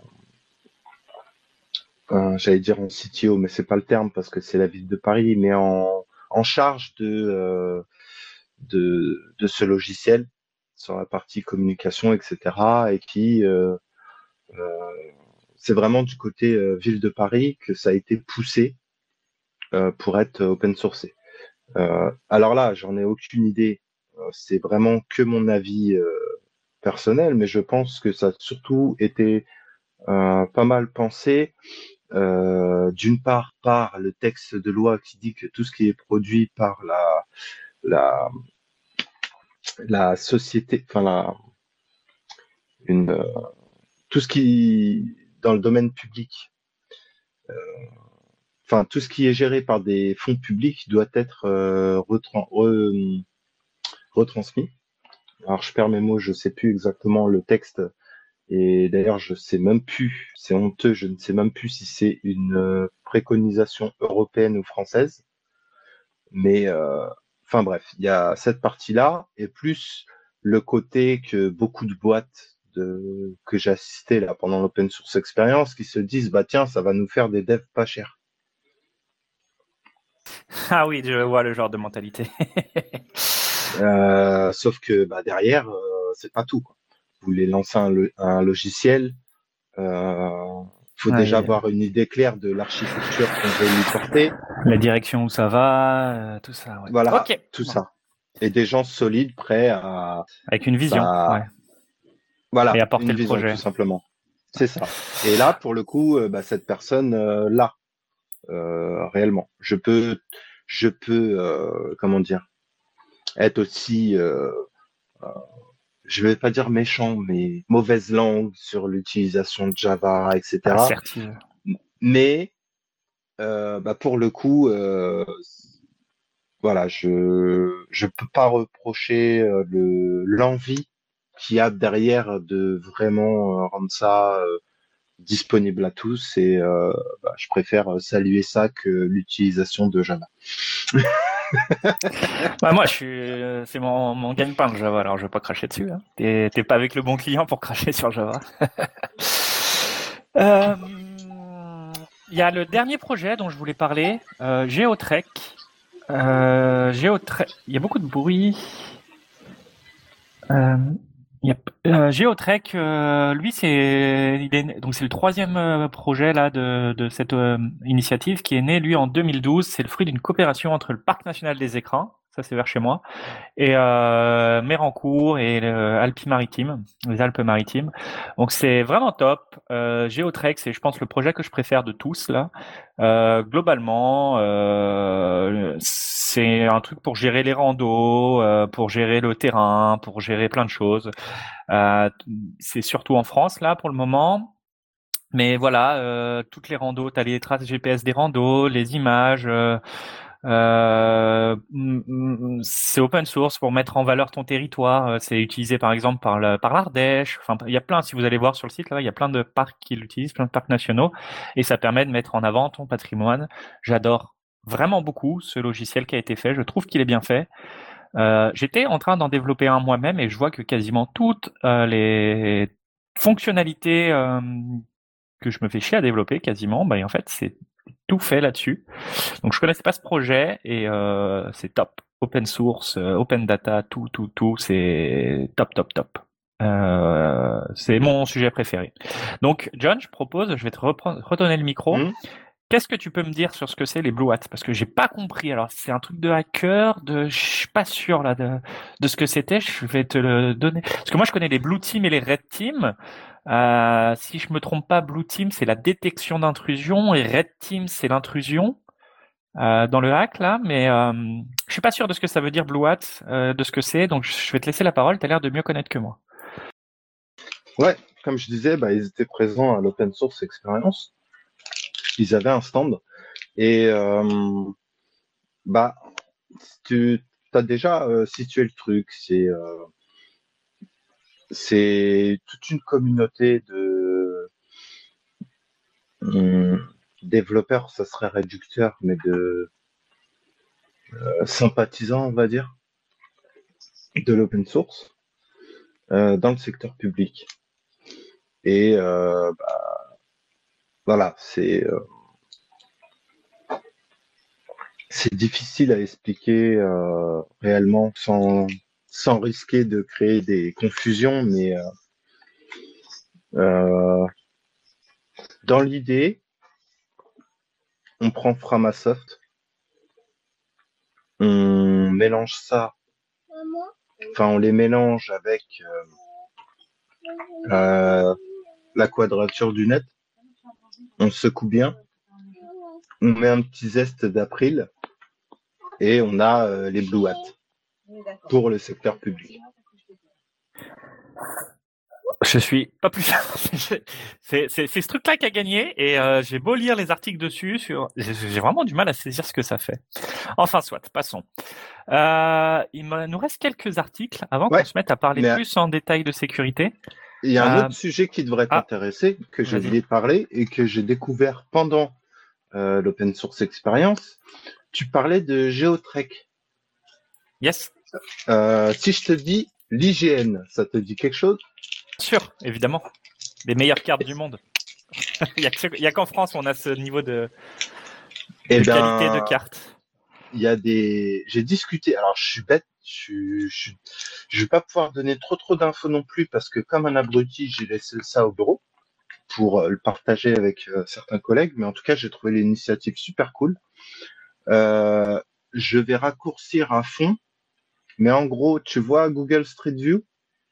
euh, j'allais dire en C T O, mais c'est pas le terme parce que c'est la ville de Paris, mais en, en charge de, euh, de, de ce logiciel sur la partie communication, et cetera. Et qui, euh, euh, c'est vraiment du côté euh, ville de Paris que ça a été poussé euh, pour être open sourcé. Euh, alors là, j'en ai aucune idée. Euh, c'est vraiment que mon avis euh, personnel, mais je pense que ça a surtout été euh, pas mal pensé euh, d'une part par le texte de loi qui dit que tout ce qui est produit par la, la, la société, enfin la, une, euh, tout ce qui dans le domaine public, enfin tout ce qui est géré par des fonds publics doit être euh, retran- re- retransmis. Alors je perds mes mots, je sais plus exactement le texte. Et d'ailleurs, je sais même plus, c'est honteux, je ne sais même plus si c'est une euh, préconisation européenne ou française. Mais euh, enfin bref, il y a cette partie-là et plus le côté que beaucoup de boîtes de, que j'ai assisté là pendant l'open source expérience qui se disent bah tiens, ça va nous faire des devs pas chers. Ah oui, je vois le genre de mentalité. Euh, sauf que bah, derrière, euh, c'est pas tout, quoi. Vous voulez lancer un, lo- un logiciel, euh, faut Ouais, déjà euh, avoir une idée claire de l'architecture qu'on veut lui porter. la direction où ça va, euh, tout ça, ouais. Voilà, Ok, tout bon. ça. Et des gens solides prêts à, Avec une vision, bah, ouais. Et voilà, à porter une le vision projet. tout simplement. C'est ça. Et là, pour le coup, euh, bah, cette personne euh, là, euh, réellement, je peux, je peux, euh, comment dire, être aussi, euh, je vais pas dire méchant, mais mauvaise langue sur l'utilisation de Java, et cetera. Assertive. Mais euh, bah, pour le coup, euh, voilà, je je peux pas reprocher euh, le l'envie qu'il y a derrière de vraiment euh, rendre ça euh, disponible à tous et euh, bah, je préfère saluer ça que l'utilisation de Java. Bah, moi, je suis, euh, c'est mon, mon gagne-pain le Java, alors je vais pas cracher dessus. Hein. T'es, t'es pas avec le bon client pour cracher sur Java. Euh, Il y a le dernier projet dont je voulais parler, euh, Geotrek. Euh, Geotrek, il y a beaucoup de bruit. Euh, il y a, euh, Geotrek, euh, lui, c'est, il est, né- donc c'est le troisième euh, projet là de, de cette euh, initiative qui est né lui en deux mille douze. C'est le fruit d'une coopération entre le Parc national des écrins, ça c'est vers chez moi, et euh, Mérancourt et le Alpes-Maritimes, les Alpes-Maritimes. Donc c'est vraiment top. Euh, Geotrek, c'est je pense le projet que je préfère de tous là. Euh, globalement, euh, c'est un truc pour gérer les randos, euh, pour gérer le terrain, pour gérer plein de choses. Euh, c'est surtout en France là pour le moment. Mais voilà, euh, toutes les randos, t'as les traces G P S des randos, les images. Euh, euh, mm, mm, c'est open source pour mettre en valeur ton territoire. Euh, C'est utilisé par exemple par le, par l'Ardèche. Enfin, il y a plein. Si vous allez voir sur le site là, il y a plein de parcs qui l'utilisent, plein de parcs nationaux, et ça permet de mettre en avant ton patrimoine. J'adore vraiment beaucoup ce logiciel qui a été fait. Je trouve qu'il est bien fait. Euh, j'étais en train d'en développer un moi-même et je vois que quasiment toutes euh, les fonctionnalités euh, que je me fais chier à développer, quasiment, bah, en fait, c'est tout fait là-dessus. Donc je connaissais pas ce projet et euh, c'est top. Open source, euh, open data, tout, tout, tout, c'est top, top, top. Euh, c'est mon sujet préféré. Donc John, je propose, je vais te repre- redonner le micro. Hmm. Qu'est-ce que tu peux me dire sur ce que c'est les Blue Hats? Parce que j'ai pas compris. Alors c'est un truc de hacker, de, je suis pas sûr là de, de ce que c'était. Je vais te le donner. Parce que moi je connais les Blue Team et les Red Team. Euh, si je me trompe pas, Blue Team c'est la détection d'intrusion et Red Team c'est l'intrusion euh, dans le hack là. Mais euh, je suis pas sûr de ce que ça veut dire Blue Hat, euh, de ce que c'est. Donc je vais te laisser la parole. T'as l'air de mieux connaître que moi. Ouais, comme je disais, bah, ils étaient présents à l'Open Source Experience. Ils avaient un stand et euh, bah tu as déjà euh, situé le truc. C'est euh, c'est toute une communauté de hum, développeurs, ça serait réducteur, mais de euh, sympathisants, on va dire, de l'open source euh, dans le secteur public. Et euh, bah, voilà, c'est euh, c'est difficile à expliquer euh, réellement sans sans risquer de créer des confusions, mais euh, euh, dans l'idée, on prend Framasoft, on mélange ça, enfin on les mélange avec euh, euh, la quadrature du net on secoue bien, on met un petit zeste d'April et on a euh, les Blue Hats pour le secteur public. Je suis pas plus. c'est, c'est, c'est ce truc-là qui a gagné et euh, j'ai beau lire les articles dessus, sur... j'ai, j'ai vraiment du mal à saisir ce que ça fait. Enfin, soit, passons. Euh, il me- nous reste quelques articles avant Ouais, qu'on se mette à parler mais plus en détail de sécurité. il y a un Euh, autre sujet qui devrait ah, t'intéresser, que j'ai vas-y. oublié de parler et que j'ai découvert pendant euh, l'Open Source Experience. Tu parlais de Geotrek. Yes, Euh, si je te dis l'I G N, ça te dit quelque chose? sûr, évidemment. Les meilleures cartes du monde. il y a, que- il y a qu'en France où on a ce niveau de, Eh de qualité de ben, carte. il y a des. J'ai discuté. Alors, je suis bête. Je suis. Je, suis- je vais pas pouvoir donner trop trop d'infos non plus parce que comme un abruti, j'ai laissé ça au bureau pour euh, le partager avec euh, certains collègues. Mais en tout cas, j'ai trouvé l'initiative super cool. Euh, je vais raccourcir à fond. Mais en gros, tu vois Google Street View.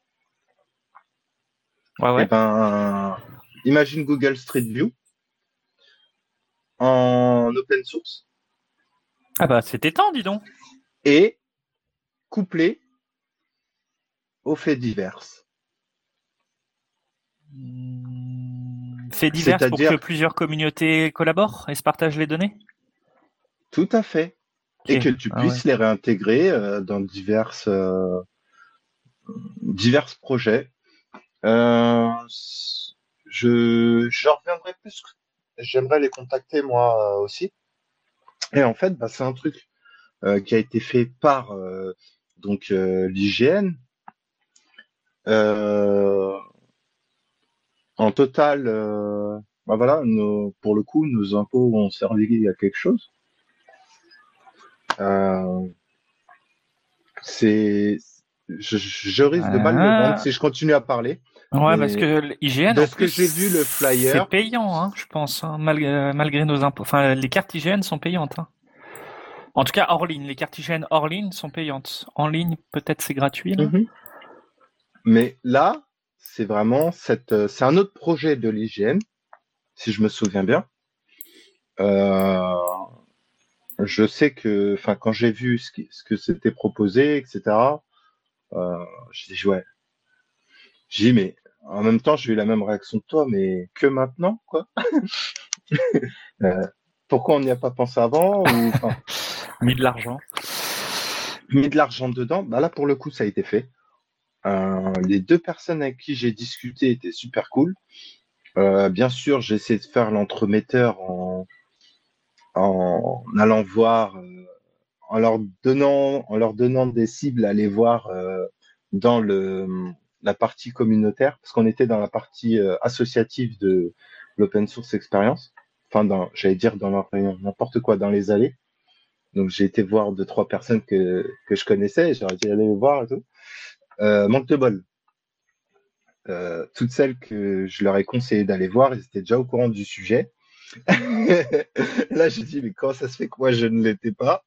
Ouais, Eh ouais. ben, imagine Google Street View en open source Ah bah, c'était temps, dis donc. et couplé aux faits divers. Hmm, Fait divers pour que C'est-à-dire, plusieurs communautés collaborent et se partagent les données. tout à fait. Ok. Et que tu Ah ouais. puisses les réintégrer euh, dans divers, euh, divers projets. Euh, je, je reviendrai plus. J'aimerais les contacter moi euh, aussi. Et en fait, bah, c'est un truc euh, qui a été fait par euh, donc euh, l'I G N. Euh, en total, euh, bah voilà, nos, pour le coup, nos impôts ont servi à quelque chose. Euh, c'est, je, je risque de mal le vendre Ah, si je continue à parler. ouais, parce Mais que l'I G N, de en ce que plus, j'ai vu, le c'est flyer, payant, hein, je pense, hein, malgré, malgré nos impôts. Enfin, les cartes I G N sont payantes. Hein. En tout cas, hors ligne. Les cartes I G N hors ligne sont payantes. En ligne, peut-être c'est gratuit, là. mhm. Mais là, c'est vraiment cette, euh, c'est un autre projet de l'I G N, si je me souviens bien. Euh, je sais que, enfin, quand j'ai vu ce, qui, ce que c'était proposé, et cetera, euh, j'ai dit ouais. J'ai dit mais en même temps, j'ai eu la même réaction que toi, mais que maintenant, quoi. Euh, pourquoi on n'y a pas pensé avant ou enfin Mis de l'argent. mis de l'argent dedans? Bah là, pour le coup, ça a été fait. Euh, les deux personnes avec qui j'ai discuté étaient super cool. Euh, bien sûr, j'ai essayé de faire l'entremetteur en, en allant voir, euh, en leur donnant, en leur donnant des cibles à aller voir euh, dans le la partie communautaire, parce qu'on était dans la partie euh, associative de l'open source experience. Enfin, dans, j'allais dire dans leur n'importe quoi, dans les allées. Donc j'ai été voir deux trois personnes que que je connaissais, j'aurais dit aller les voir et tout. Euh, manque de bol. Euh, toutes celles que je leur ai conseillé d'aller voir, ils étaient déjà au courant du sujet. Là, j'ai dit, mais comment ça se fait que moi je ne l'étais pas?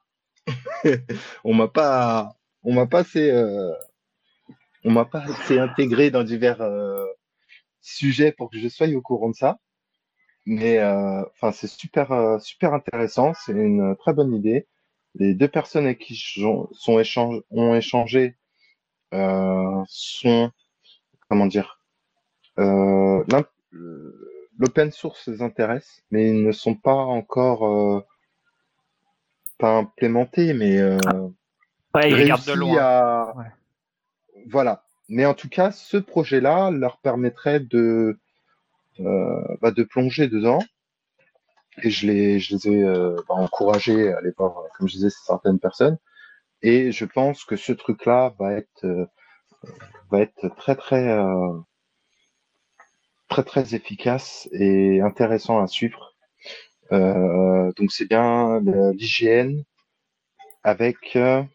On m'a pas, on m'a pas assez, euh, on m'a pas assez intégré dans divers euh, sujets pour que je sois au courant de ça. Mais euh, enfin, c'est super, euh, super intéressant. C'est une très bonne idée. Les deux personnes avec qui j'en- sont échange, ont échangé euh, sont, comment dire, euh, l'im- euh, l'open source les intéresse, mais ils ne sont pas encore euh, pas implémentés, mais euh, Ouais, ils regardent de réussis loin. à, Ouais. voilà. Mais en tout cas, ce projet-là leur permettrait de euh, bah, de plonger dedans. Et je les, je les ai euh, bah, encouragés à aller voir, euh, comme je disais, certaines personnes. Et je pense que ce truc-là va être euh, va être très très euh, très très efficace et intéressant à suivre. Euh, donc c'est bien l'I G N avec, euh,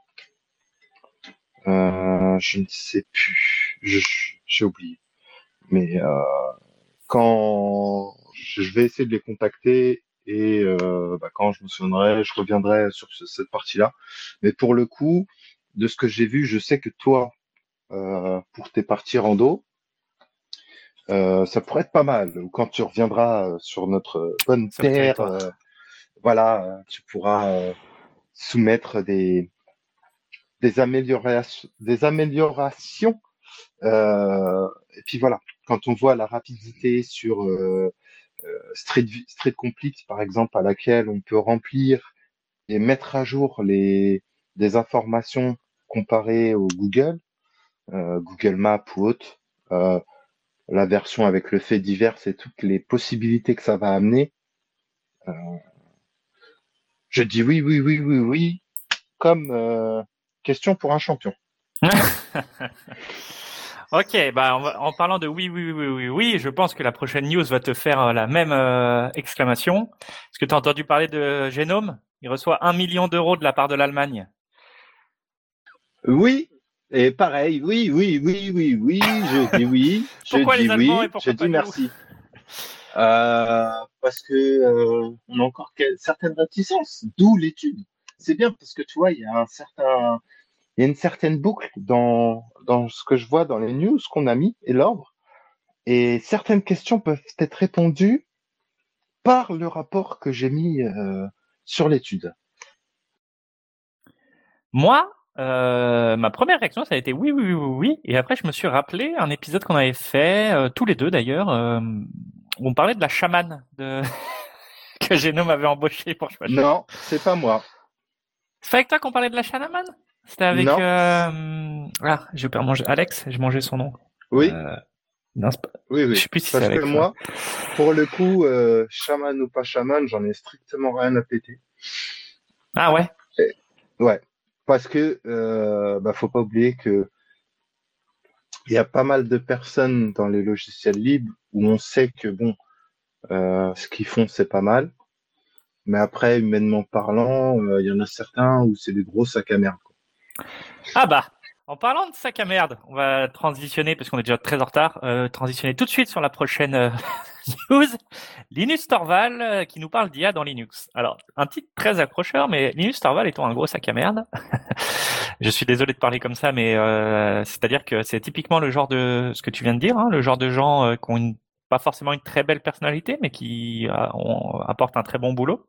euh, je ne sais plus, je- j'ai oublié. Mais euh, quand je vais essayer de les contacter et euh, bah, quand je me souviendrai, je reviendrai sur ce- cette partie-là. Mais pour le coup, de ce que j'ai vu, je sais que toi, euh, pour tes parties rando, Euh, ça pourrait être pas mal. Ou quand tu reviendras euh, sur notre bonne sur le terre, territoire. euh, voilà, euh, tu pourras euh, soumettre des, des améliorations, des améliorations. Euh, et puis voilà, quand on voit la rapidité sur euh, Street, Street Complete, par exemple, à laquelle on peut remplir et mettre à jour les des informations comparées au Google, euh, Google Maps ou autre, euh, la version avec le fait divers et toutes les possibilités que ça va amener, euh, je dis oui, oui, oui, oui, oui, comme euh, question pour un champion. Ok, bah en, va- en parlant de oui, oui, oui, oui, oui, je pense que la prochaine news va te faire euh, la même euh, exclamation. Est-ce que tu as entendu parler de Genome? Il reçoit un million d'euros de la part de l'Allemagne. Oui, et pareil, oui, oui, oui, oui, oui, je dis oui, je Pourquoi dis les Allemands et oui, je pourquoi pas dis nous? merci. Euh, parce que euh, on a encore quel- certaines réticences, d'où l'étude. C'est bien parce que tu vois, il y a un certain, il y a une certaine boucle dans dans ce que je vois dans les news qu'on a mis et l'ordre, et certaines questions peuvent être répondues par le rapport que j'ai mis euh, sur l'étude. Moi, euh, ma première réaction, ça a été oui, oui, oui, oui, oui. Et après, je me suis rappelé un épisode qu'on avait fait, euh, tous les deux d'ailleurs, euh, où on parlait de la chamane de... que Genome avait embauché pour choisir. Non, c'est pas moi. C'est avec toi qu'on parlait de la chamane? C'était avec... Non, Euh... Ah, j'ai perdu manger. Alex, j'ai mangé son nom. oui, Euh... Non, c'est pas... oui, Je oui. sais plus si c'est Parce que Alex. Ouais. moi, pour le coup, euh, chaman ou pas chaman, j'en ai strictement rien à péter. Ah ouais? Et- ouais, parce que euh, bah, faut pas oublier que il y a pas mal de personnes dans les logiciels libres où on sait que bon, euh, ce qu'ils font c'est pas mal, mais après humainement parlant, euh, il y en a certains où c'est des gros sacs à merde, quoi. Ah bah, en parlant de sac à merde, on va transitionner, parce qu'on est déjà très en retard, euh, transitionner tout de suite sur la prochaine euh, news. Linus Torvald euh, qui nous parle d'I A dans Linux. Alors, un titre très accrocheur, mais Linus Torvald étant un gros sac à merde, je suis désolé de parler comme ça, mais euh, c'est-à-dire que c'est typiquement le genre de, ce que tu viens de dire, hein, le genre de gens euh, qui ont une, pas forcément une très belle personnalité, mais qui euh, ont- apportent un très bon boulot.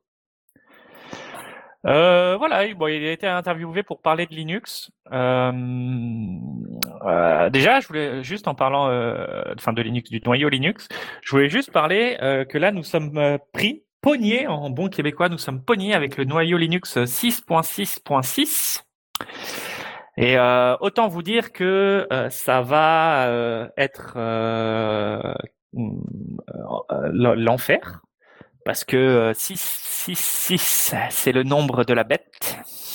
Euh, voilà, il- bon, il a été interviewé pour parler de Linux. Euh, euh, déjà, je voulais juste en parlant, euh, enfin de Linux, du noyau Linux, je voulais juste parler euh, que là, nous sommes euh, pris, pognés, en bon québécois, nous sommes pognés avec le noyau Linux six point six point six. Et euh, autant vous dire que euh, ça va euh, être euh, euh, l'enfer. Parce que euh, six, six, six, c'est le nombre de la bête.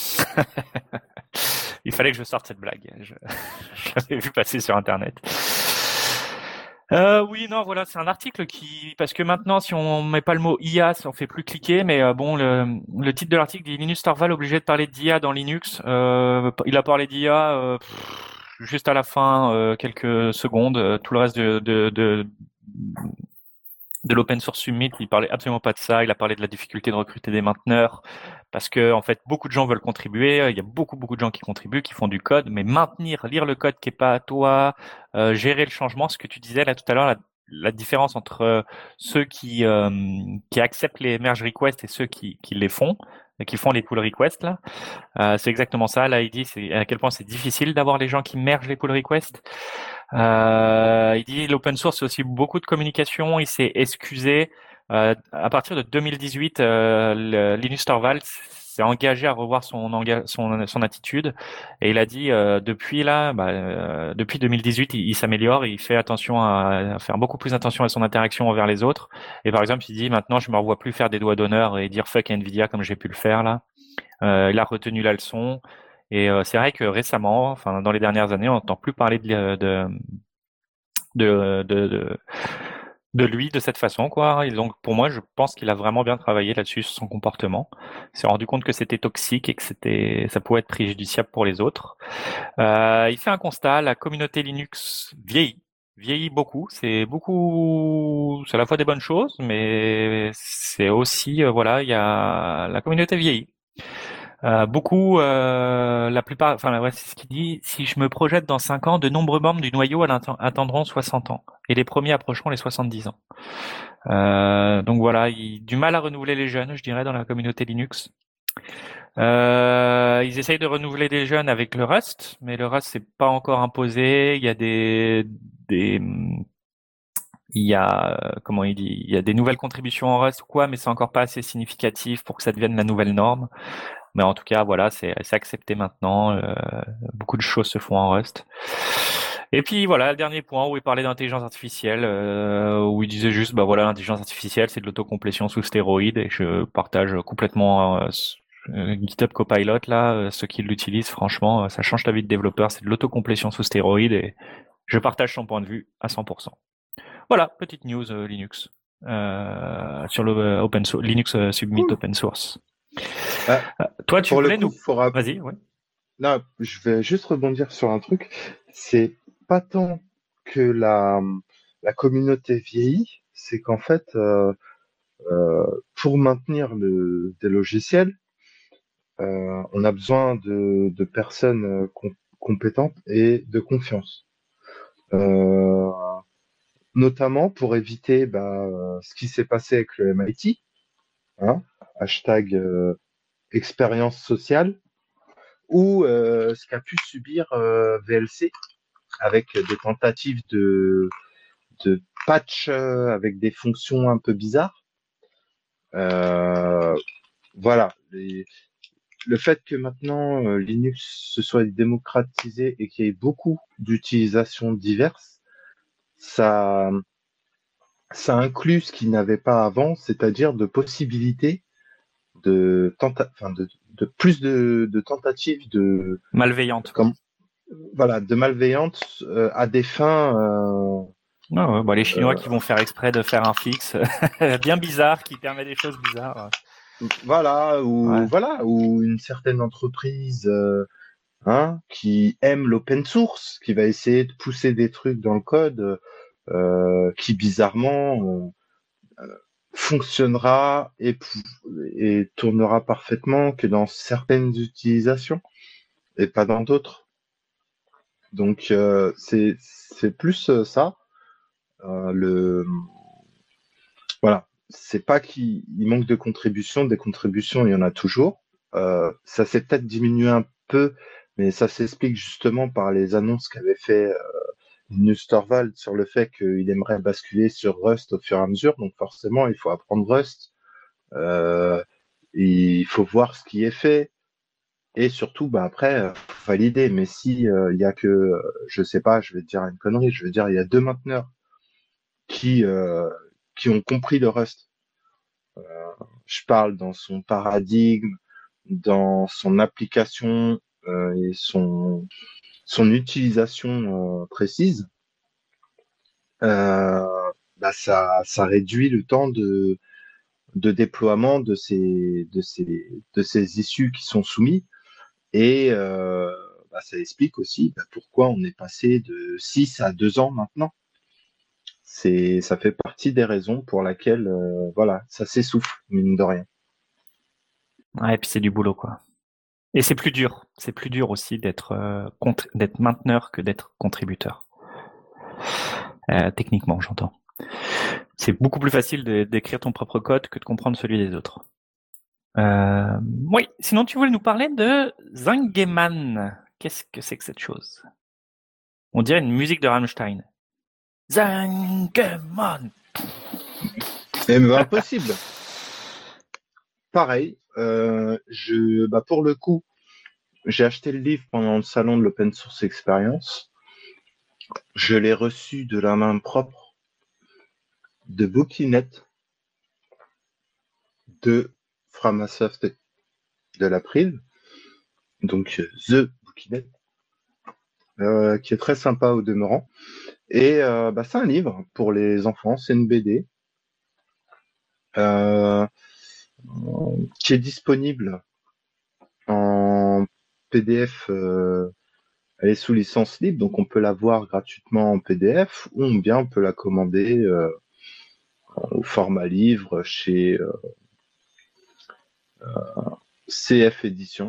Il fallait que je sorte cette blague. Je, je l'avais vu passer sur Internet. Euh, oui, non, voilà, c'est un article qui, parce que maintenant, si on met pas le mot I A, ça on fait plus cliquer, mais euh, bon, le, le titre de l'article dit Linus Torvald obligé de parler d'I A dans Linux. Euh, il a parlé d'I A euh, pff, juste à la fin, euh, quelques secondes. Euh, Tout le reste de, de, de de l'Open Source Summit, il parlait absolument pas de ça. Il a parlé de la difficulté de recruter des mainteneurs parce que, en fait, beaucoup de gens veulent contribuer. Il y a beaucoup, beaucoup de gens qui contribuent, qui font du code, mais maintenir, lire le code qui est pas à toi, euh, gérer le changement, ce que tu disais là tout à l'heure, la, la différence entre euh, ceux qui, euh, qui acceptent les merge requests et ceux qui, qui les font, qui font les pull requests là. Euh, c'est exactement ça. Là, il dit c'est à quel point c'est difficile d'avoir les gens qui mergent les pull requests. Euh, il dit l'open source c'est aussi beaucoup de communication. Il s'est excusé. Euh, à partir de deux mille dix-huit, euh, le- Linus Torvalds s'est engagé à revoir son, enga- son, son attitude et il a dit euh, depuis là, bah, euh, depuis deux mille dix-huit, il, il s'améliore, il fait attention à, à faire beaucoup plus attention à son interaction envers les autres. Et par exemple, il dit maintenant je me revois plus faire des doigts d'honneur et dire fuck Nvidia comme j'ai pu le faire là. Euh, il a retenu la leçon. Et euh, c'est vrai que récemment, enfin dans les dernières années, on n'entend plus parler de, de, de, de, de, de lui de cette façon, quoi. Et donc pour moi, je pense qu'il a vraiment bien travaillé là-dessus sur son comportement. Il s'est rendu compte que c'était toxique et que c'était, ça pouvait être préjudiciable pour les autres. Euh, il fait un constat, la communauté Linux vieillit, vieillit beaucoup. C'est beaucoup, c'est à la fois des bonnes choses, mais c'est aussi, euh, voilà, il y a la communauté vieillit. Euh, beaucoup, euh, la plupart, enfin ouais, c'est ce qu'il dit. Si je me projette dans cinq ans, de nombreux membres du noyau atten- atteindront soixante ans et les premiers approcheront les soixante-dix ans. Euh, donc voilà, il, du mal à renouveler les jeunes, je dirais, dans la communauté Linux. Euh, ils essayent de renouveler des jeunes avec le Rust, mais le Rust c'est pas encore imposé. Il y a des, des, il y a, euh, comment il dit, il y a des nouvelles contributions en Rust ou quoi, mais c'est encore pas assez significatif pour que ça devienne la nouvelle norme. Mais en tout cas, voilà, c'est c'est accepté maintenant. Euh, beaucoup de choses se font en Rust. Et puis voilà, le dernier point où il parlait d'intelligence artificielle, euh, où il disait juste, bah voilà, l'intelligence artificielle, c'est de l'autocomplétion sous stéroïdes, et je partage complètement euh, ce- euh, GitHub Copilot là, euh, ceux qui l'utilisent, franchement, euh, ça change ta vie de développeur, c'est de l'autocomplétion sous stéroïdes, et je partage son point de vue à cent pour cent. Voilà, petite news euh, Linux euh, sur le euh, open source, Linux euh, Submit Cool. open source. Ah, Euh, toi, tu pour le voulais coup, nous, faudra. vas-y, ouais. Non, je vais juste rebondir sur un truc. C'est pas tant que la, la communauté vieillit, c'est qu'en fait, euh, euh, pour maintenir le, des logiciels, euh, on a besoin de, de personnes euh, com- compétentes et de confiance. Euh, Notamment pour éviter bah, euh, ce qui s'est passé avec le M I T, hein, hashtag euh, expérience sociale, ou euh, ce qu'a pu subir euh, V L C avec des tentatives de, de patch euh, avec des fonctions un peu bizarres. Euh, voilà. Les- le fait que maintenant euh, Linux se soit démocratisé et qu'il y ait beaucoup d'utilisations diverses, ça, ça inclut ce qu'il n'avait pas avant, c'est-à-dire de possibilités de, tenta enfin de, de plus de, de tentatives de, Malveillante, quoi. comme, voilà, de malveillance euh, à des fins euh, Ah ouais, bah les Chinois euh, qui vont faire exprès de faire un fixe bien bizarre qui permet des choses bizarres. voilà, ou Ouais. voilà, ou une certaine entreprise euh, hein, qui aime l'open source, qui va essayer de pousser des trucs dans le code euh, qui bizarrement euh, fonctionnera et, pou- et tournera parfaitement que dans certaines utilisations et pas dans d'autres. Donc euh, c'est c'est plus euh, ça. Euh, le voilà, c'est pas qu'il il manque de contributions, des contributions il y en a toujours. Euh, ça s'est peut-être diminué un peu, mais ça s'explique justement par les annonces qu'avait fait euh, Linus Torvald sur le fait qu'il aimerait basculer sur Rust au fur et à mesure. Donc forcément, il faut apprendre Rust. Euh, il faut voir ce qui est fait. Et surtout, bah après, euh, faut valider. Mais si euh, il y a que, euh, je sais pas, je vais te dire une connerie, je veux dire, il y a deux mainteneurs qui euh, qui ont compris le Rust. Je parle dans son paradigme, dans son application euh, et son son utilisation euh, précise. Euh, bah ça ça réduit le temps de de déploiement de ces de ces de ces issues qui sont soumis. Et euh, bah, ça explique aussi bah, pourquoi on est passé de six à deux ans maintenant. C'est, ça fait partie des raisons pour lesquelles euh, voilà, ça s'essouffle, mine de rien. Ouais, et puis c'est du boulot, quoi. Et c'est plus dur. C'est plus dur aussi d'être euh, contr- d'être mainteneur que d'être contributeur. Euh, techniquement, j'entends. C'est beaucoup plus facile de- d'écrire ton propre code que de comprendre celui des autres. Euh, oui, sinon tu voulais nous parler de Zangeman. Qu'est-ce que c'est que cette chose? On dirait une musique de Rammstein. Zangeman. Et mais impossible. Pareil, euh, je, bah pour le coup, j'ai acheté le livre pendant le salon de l'Open Source Experience. Je l'ai reçu de la main propre de Bookinet, de Framasoft de l'April, donc euh, The Bookinet, euh, qui est très sympa au demeurant. Et euh, bah, c'est un livre pour les enfants, c'est une B D euh, qui est disponible en P D F. Euh, elle est sous licence libre, donc on peut la voir gratuitement en P D F ou bien on peut la commander euh, au format livre chez, euh, C F Édition.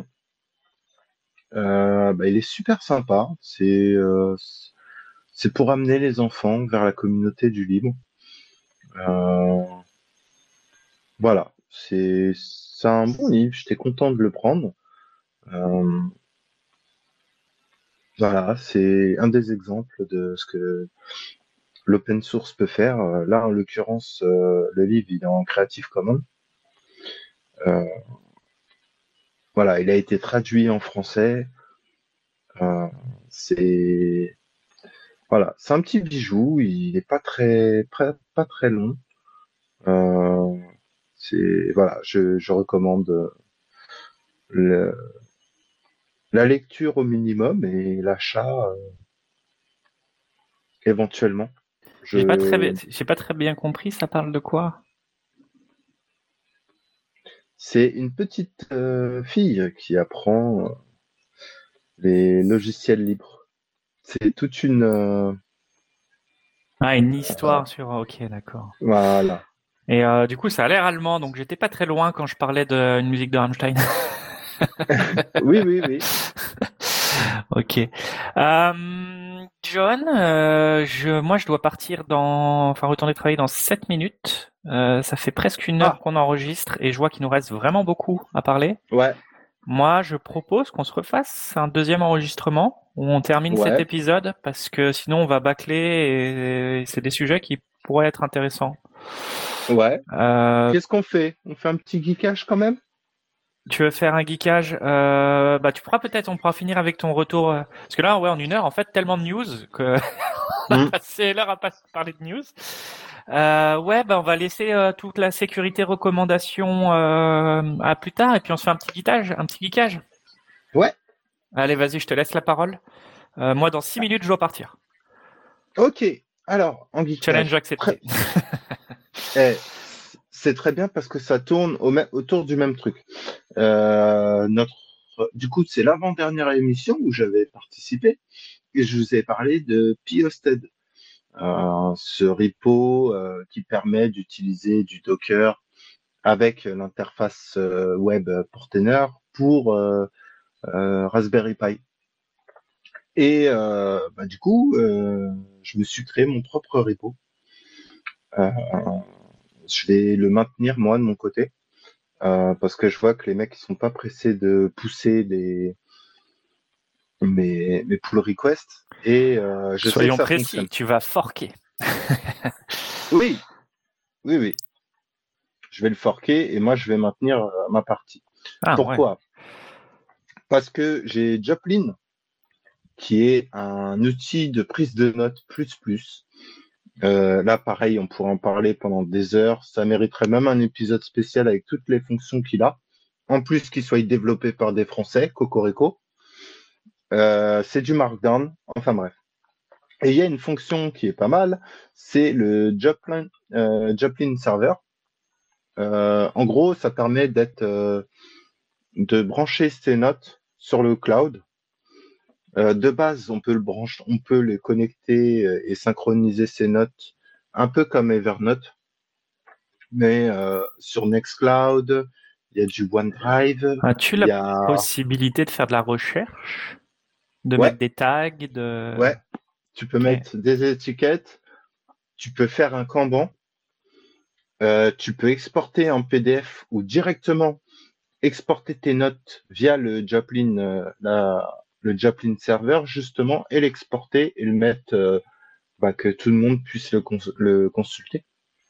Euh, bah, il est super sympa. C'est euh, c'est pour amener les enfants vers la communauté du livre. Euh, voilà, c'est c'est un bon livre. J'étais content de le prendre. Euh, voilà, c'est un des exemples de ce que l'open source peut faire. Euh, Là, en l'occurrence, euh, le livre il est en Creative Commons. Euh, voilà, il a été traduit en français. Euh, c'est voilà, c'est un petit bijou. Il n'est pas très, très pas très long. Euh, c'est voilà, je, je recommande le- la lecture au minimum et l'achat euh, éventuellement. J'ai pas très, Je, bien- j'ai pas très bien compris, ça parle de quoi? c'est une petite euh, fille qui apprend euh, les logiciels libres. C'est toute une euh, Ah, une histoire sur, ok, d'accord. voilà. Et euh, du coup, ça a l'air allemand, donc j'étais pas très loin quand je parlais d'une musique de Rammstein. Oui, oui, oui. Ok. Euh, John, euh, je, moi, je dois partir dans, enfin, retourner travailler dans sept minutes. Euh, ça fait presque une heure Ah, qu'on enregistre et je vois qu'il nous reste vraiment beaucoup à parler. ouais, Moi, je propose qu'on se refasse un deuxième enregistrement où on termine cet ouais, épisode parce que sinon on va bâcler et c'est des sujets qui pourraient être intéressants. ouais. Euh, Qu'est-ce qu'on fait? On fait un petit geekage quand même? Tu veux faire un geekage euh, Bah, tu pourras peut-être, on pourra finir avec ton retour. euh, Parce que là, ouais, en une heure, en fait, tellement de news que on a Hmm. passé l'heure à pas parler de news. Euh, ouais, bah, on va laisser euh, toute la sécurité recommandation euh, à plus tard et puis on se fait un petit geekage, un petit geekage. Ouais, Allez, vas-y, je te laisse la parole. Euh, moi, dans six minutes, je dois partir. ok. Alors, en Challenge geekage, très... accepté. eh, c'est très bien parce que ça tourne au même- autour du même truc. Euh, notre, du coup, c'est l'avant-dernière émission où j'avais participé et je vous ai parlé de Piosted, euh, ce repo euh, qui permet d'utiliser du Docker avec l'interface euh, web Portainer pour euh, euh, Raspberry Pi. Et euh, bah, du coup, euh, je me suis créé mon propre repo. Euh, je vais le maintenir moi de mon côté euh, parce que je vois que les mecs ils sont pas pressés de pousser les mes, mes pull requests et euh, je sais que Soyons ça précis, fonctionne. tu vas forquer. Oui, oui, oui. Je vais le forker et moi je vais maintenir euh, ma partie. Ah ouais. Pourquoi? Parce que j'ai Joplin qui est un outil de prise de notes plus plus. Euh, là, pareil, on pourrait en parler pendant des heures. Ça mériterait même un épisode spécial avec toutes les fonctions qu'il a. En plus qu'il soit développé par des Français, Cocorico. Euh, c'est du Markdown. Enfin bref. Et il y a une fonction qui est pas mal, c'est le Joplin, euh, Joplin Server. Euh, en gros, ça permet d'être, euh, de brancher ses notes sur le cloud. Euh, de base, on peut le brancher, on peut les connecter euh, et synchroniser ses notes, un peu comme Evernote, mais euh, sur Nextcloud, il y a du OneDrive, As-tu il la y a, possibilité de faire de la recherche, de ouais, mettre des tags, de... ouais, tu peux Ok. mettre des étiquettes, tu peux faire un Kanban, euh, tu peux exporter en P D F ou directement exporter tes notes via le Joplin, euh, la, le Joplin server justement et l'exporter et le mettre, euh, bah, que tout le monde puisse le, cons- le consulter.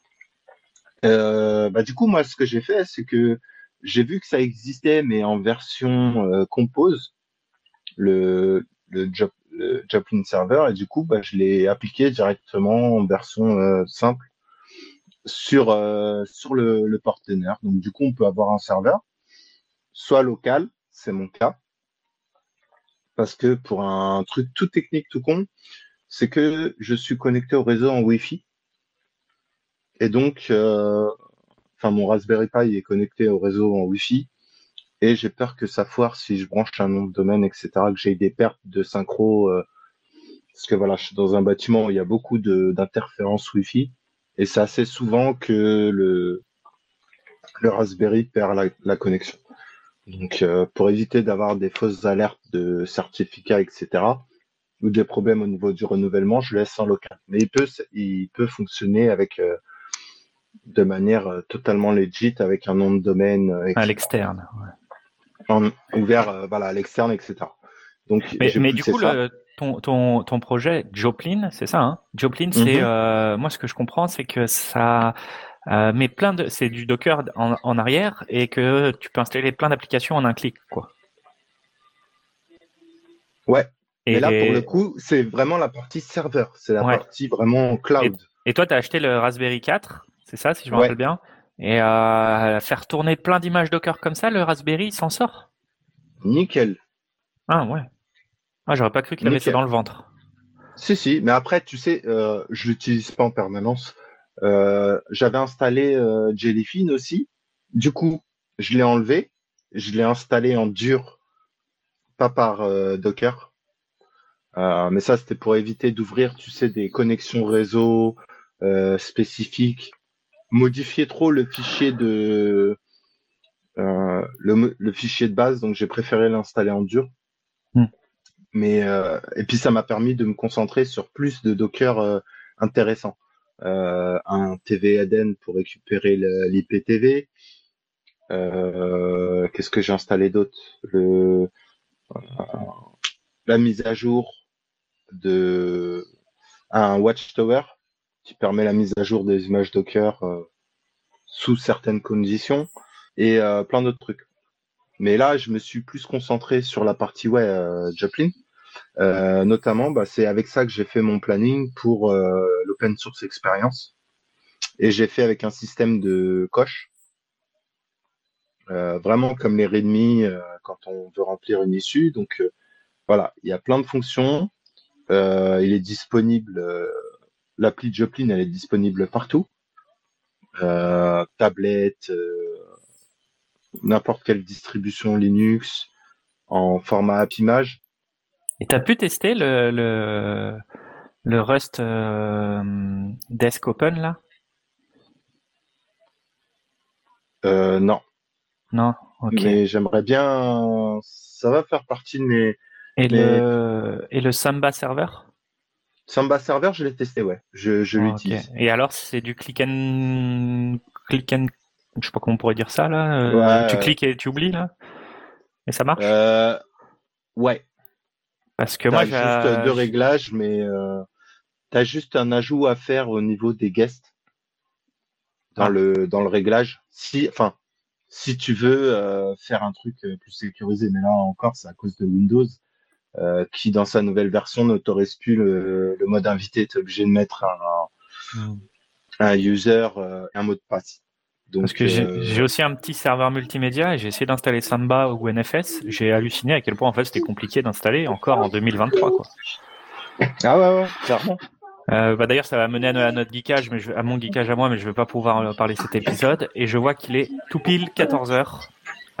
Euh, bah, du coup, moi, ce que j'ai fait, c'est que j'ai vu que ça existait, mais en version euh, Compose, le, le, Job, le Joplin server, et du coup, bah, je l'ai appliqué directement en version euh, simple sur, euh, sur le, le partenaire. Donc, du coup, on peut avoir un serveur, soit local, c'est mon cas, parce que pour un truc tout technique, tout con, c'est que je suis connecté au réseau en Wi-Fi, et donc, euh, enfin, mon Raspberry Pi est connecté au réseau en Wi-Fi, et j'ai peur que ça foire si je branche un nom de domaine, et cetera, que j'ai des pertes de synchro, euh, parce que voilà, je suis dans un bâtiment où il y a beaucoup de, d'interférences Wi-Fi, et c'est assez souvent que le, le Raspberry perd la, la connexion. Donc, euh, pour éviter d'avoir des fausses alertes de certificats, et cetera, ou des problèmes au niveau du renouvellement, je le laisse en local. Mais il peut, il peut fonctionner avec euh, de manière euh, totalement legit avec un nom de domaine, euh, À et cetera. l'externe. En- ouvert, euh, voilà, à l'externe, et cetera. Donc, Mais, j'ai mais du poussé coup, ça. le, ton, ton, ton projet, Joplin, c'est ça, hein? Joplin, c'est, Mhm. euh, moi, ce que je comprends, c'est que ça euh, met plein de, c'est du Docker en, en arrière et que tu peux installer plein d'applications en un clic, quoi. Ouais. Et Mais là, pour le les, coup, c'est vraiment la partie serveur. C'est la ouais. partie vraiment Et, cloud. et toi, tu as acheté le Raspberry quatre, c'est ça, si je me Ouais. rappelle bien? Et euh, faire tourner plein d'images Docker comme ça, le Raspberry, il s'en sort? Nickel. Ah ouais. Ah, j'aurais pas cru qu'il avait ça Nickel. dans le ventre. Si, si. Mais après, tu sais, euh, je l'utilise pas en permanence. Euh, j'avais installé euh, Jellyfin aussi. Du coup, je l'ai enlevé. Je l'ai installé en dur, pas par euh, Docker. Euh, mais ça, c'était pour éviter d'ouvrir, tu sais, des connexions réseau euh, spécifiques. Modifier trop le fichier de euh, le, le fichier de base, donc j'ai préféré l'installer en dur. Hmm. Mais euh, et puis ça m'a permis de me concentrer sur plus de Docker euh, intéressants. Euh, un T V Eden pour récupérer l'I P T V. Euh, Qu'est-ce que j'ai installé d'autre? Le La mise à jour de un Watchtower qui permet la mise à jour des images Docker euh, sous certaines conditions et euh, plein d'autres trucs. Mais là, je me suis plus concentré sur la partie ouais, euh, Joplin. Euh, notamment, bah, c'est avec ça que j'ai fait mon planning pour euh, l'open source experience. Et j'ai fait avec un système de coche, euh, vraiment comme les README euh, quand on veut remplir une issue. Donc euh, voilà, il y a plein de fonctions. Euh, il est disponible, euh, l'appli Joplin, elle est disponible partout. Euh, tablette, euh, n'importe quelle distribution Linux, en format app image. Et t'as pu tester le, le, le Rust euh, Desk Open là? Euh, non, Non? Ok. mais j'aimerais bien. Ça va faire partie de mes. Et mes... le et le Samba Server? Samba Server, je l'ai testé, ouais. Je, je Ah, ok. l'utilise. Et alors c'est du click and click and je sais pas comment on pourrait dire ça là. euh, tu Ouais, cliques et tu oublies là? Et ça marche? euh, ouais. Parce que moi T'as juste j'ai deux j'- réglages, mais euh, t'as juste un ajout à faire au niveau des guests dans ah, le dans le réglage. Si, enfin, si tu veux euh, faire un truc euh, plus sécurisé, mais là encore, c'est à cause de Windows, euh, qui dans sa nouvelle version n'autorise plus le, le mode invité. T'es obligé de mettre un, hmm. un user, euh, un mot de passe. Parce Donc, que j'ai j'ai euh, aussi un petit serveur multimédia et j'ai essayé d'installer Samba ou N F S. J'ai halluciné à quel point en fait c'était compliqué d'installer encore en deux mille vingt-trois quoi. ah ouais, ouais, clairement. Euh, bah d'ailleurs, ça va mener à, no- à notre geekage, mais je, à mon geekage à moi, mais je vais pas pouvoir en parler cet épisode. Et je vois qu'il est tout pile quatorze heures.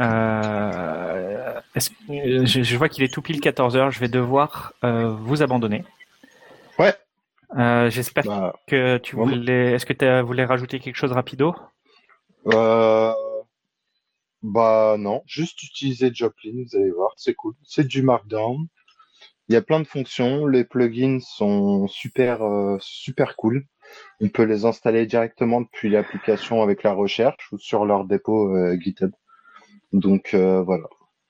Euh, est-ce que- euh, je, je vois qu'il est tout pile quatorze heures. Je vais devoir euh, vous abandonner. Ouais. Euh, j'espère Bah, que tu vraiment. voulais. Est-ce que tu voulais rajouter quelque chose rapido? Euh, bah non, juste utiliser Joplin, vous allez voir, c'est cool. C'est du Markdown. Il y a plein de fonctions. Les plugins sont super, euh, super cool. On peut les installer directement depuis l'application avec la recherche ou sur leur dépôt euh, GitHub. Donc euh, voilà.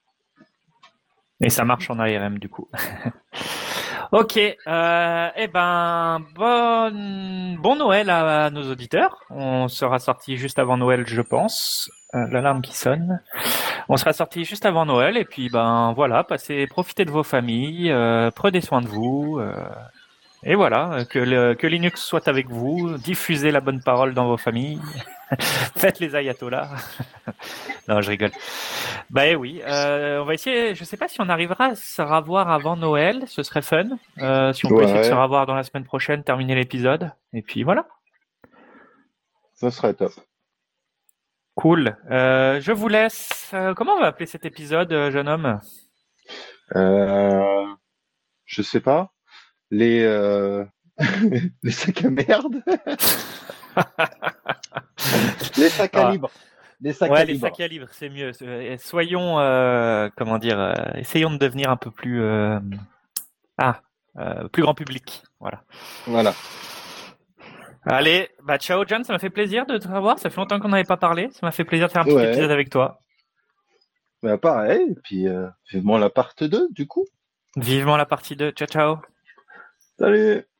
Et ça marche en A R M du coup. Ok, euh, eh ben, bon, bon Noël à nos auditeurs. On sera sorti juste avant Noël, je pense. Euh, l'alarme qui sonne. On sera sorti juste avant Noël et puis ben voilà, passez, profitez de vos familles, euh, prenez soin de vous. euh, et voilà, que, le, que Linux soit avec vous, diffusez la bonne parole dans vos familles, faites les ayatollahs. Non, je rigole. Bah eh oui, euh, on va essayer. Je sais pas si on arrivera à se revoir avant Noël, ce serait fun. Euh, si on peut essayer de se Ouais, revoir dans la semaine prochaine, terminer l'épisode. Et puis voilà, ça serait top. cool. Euh, je vous laisse. Euh, comment on va appeler cet épisode, euh, jeune homme? Euh, je sais pas. Les, euh, les sacs à merde. Les sacs à Ah, libre. des sacs Ouais, à les libre. sacs à livres, c'est mieux. Euh, Soyons, euh, comment dire, euh, essayons de devenir un peu plus, euh, ah, euh, plus grand public. Voilà. Voilà. Allez, bah ciao John, ça m'a fait plaisir de te revoir. Ça fait longtemps qu'on n'avait pas parlé. Ça m'a fait plaisir de faire un petit Ouais. épisode avec toi. Bah, pareil. Et puis, euh, vivement la part deux, du coup. Vivement la partie deux. Ciao, ciao. Salut!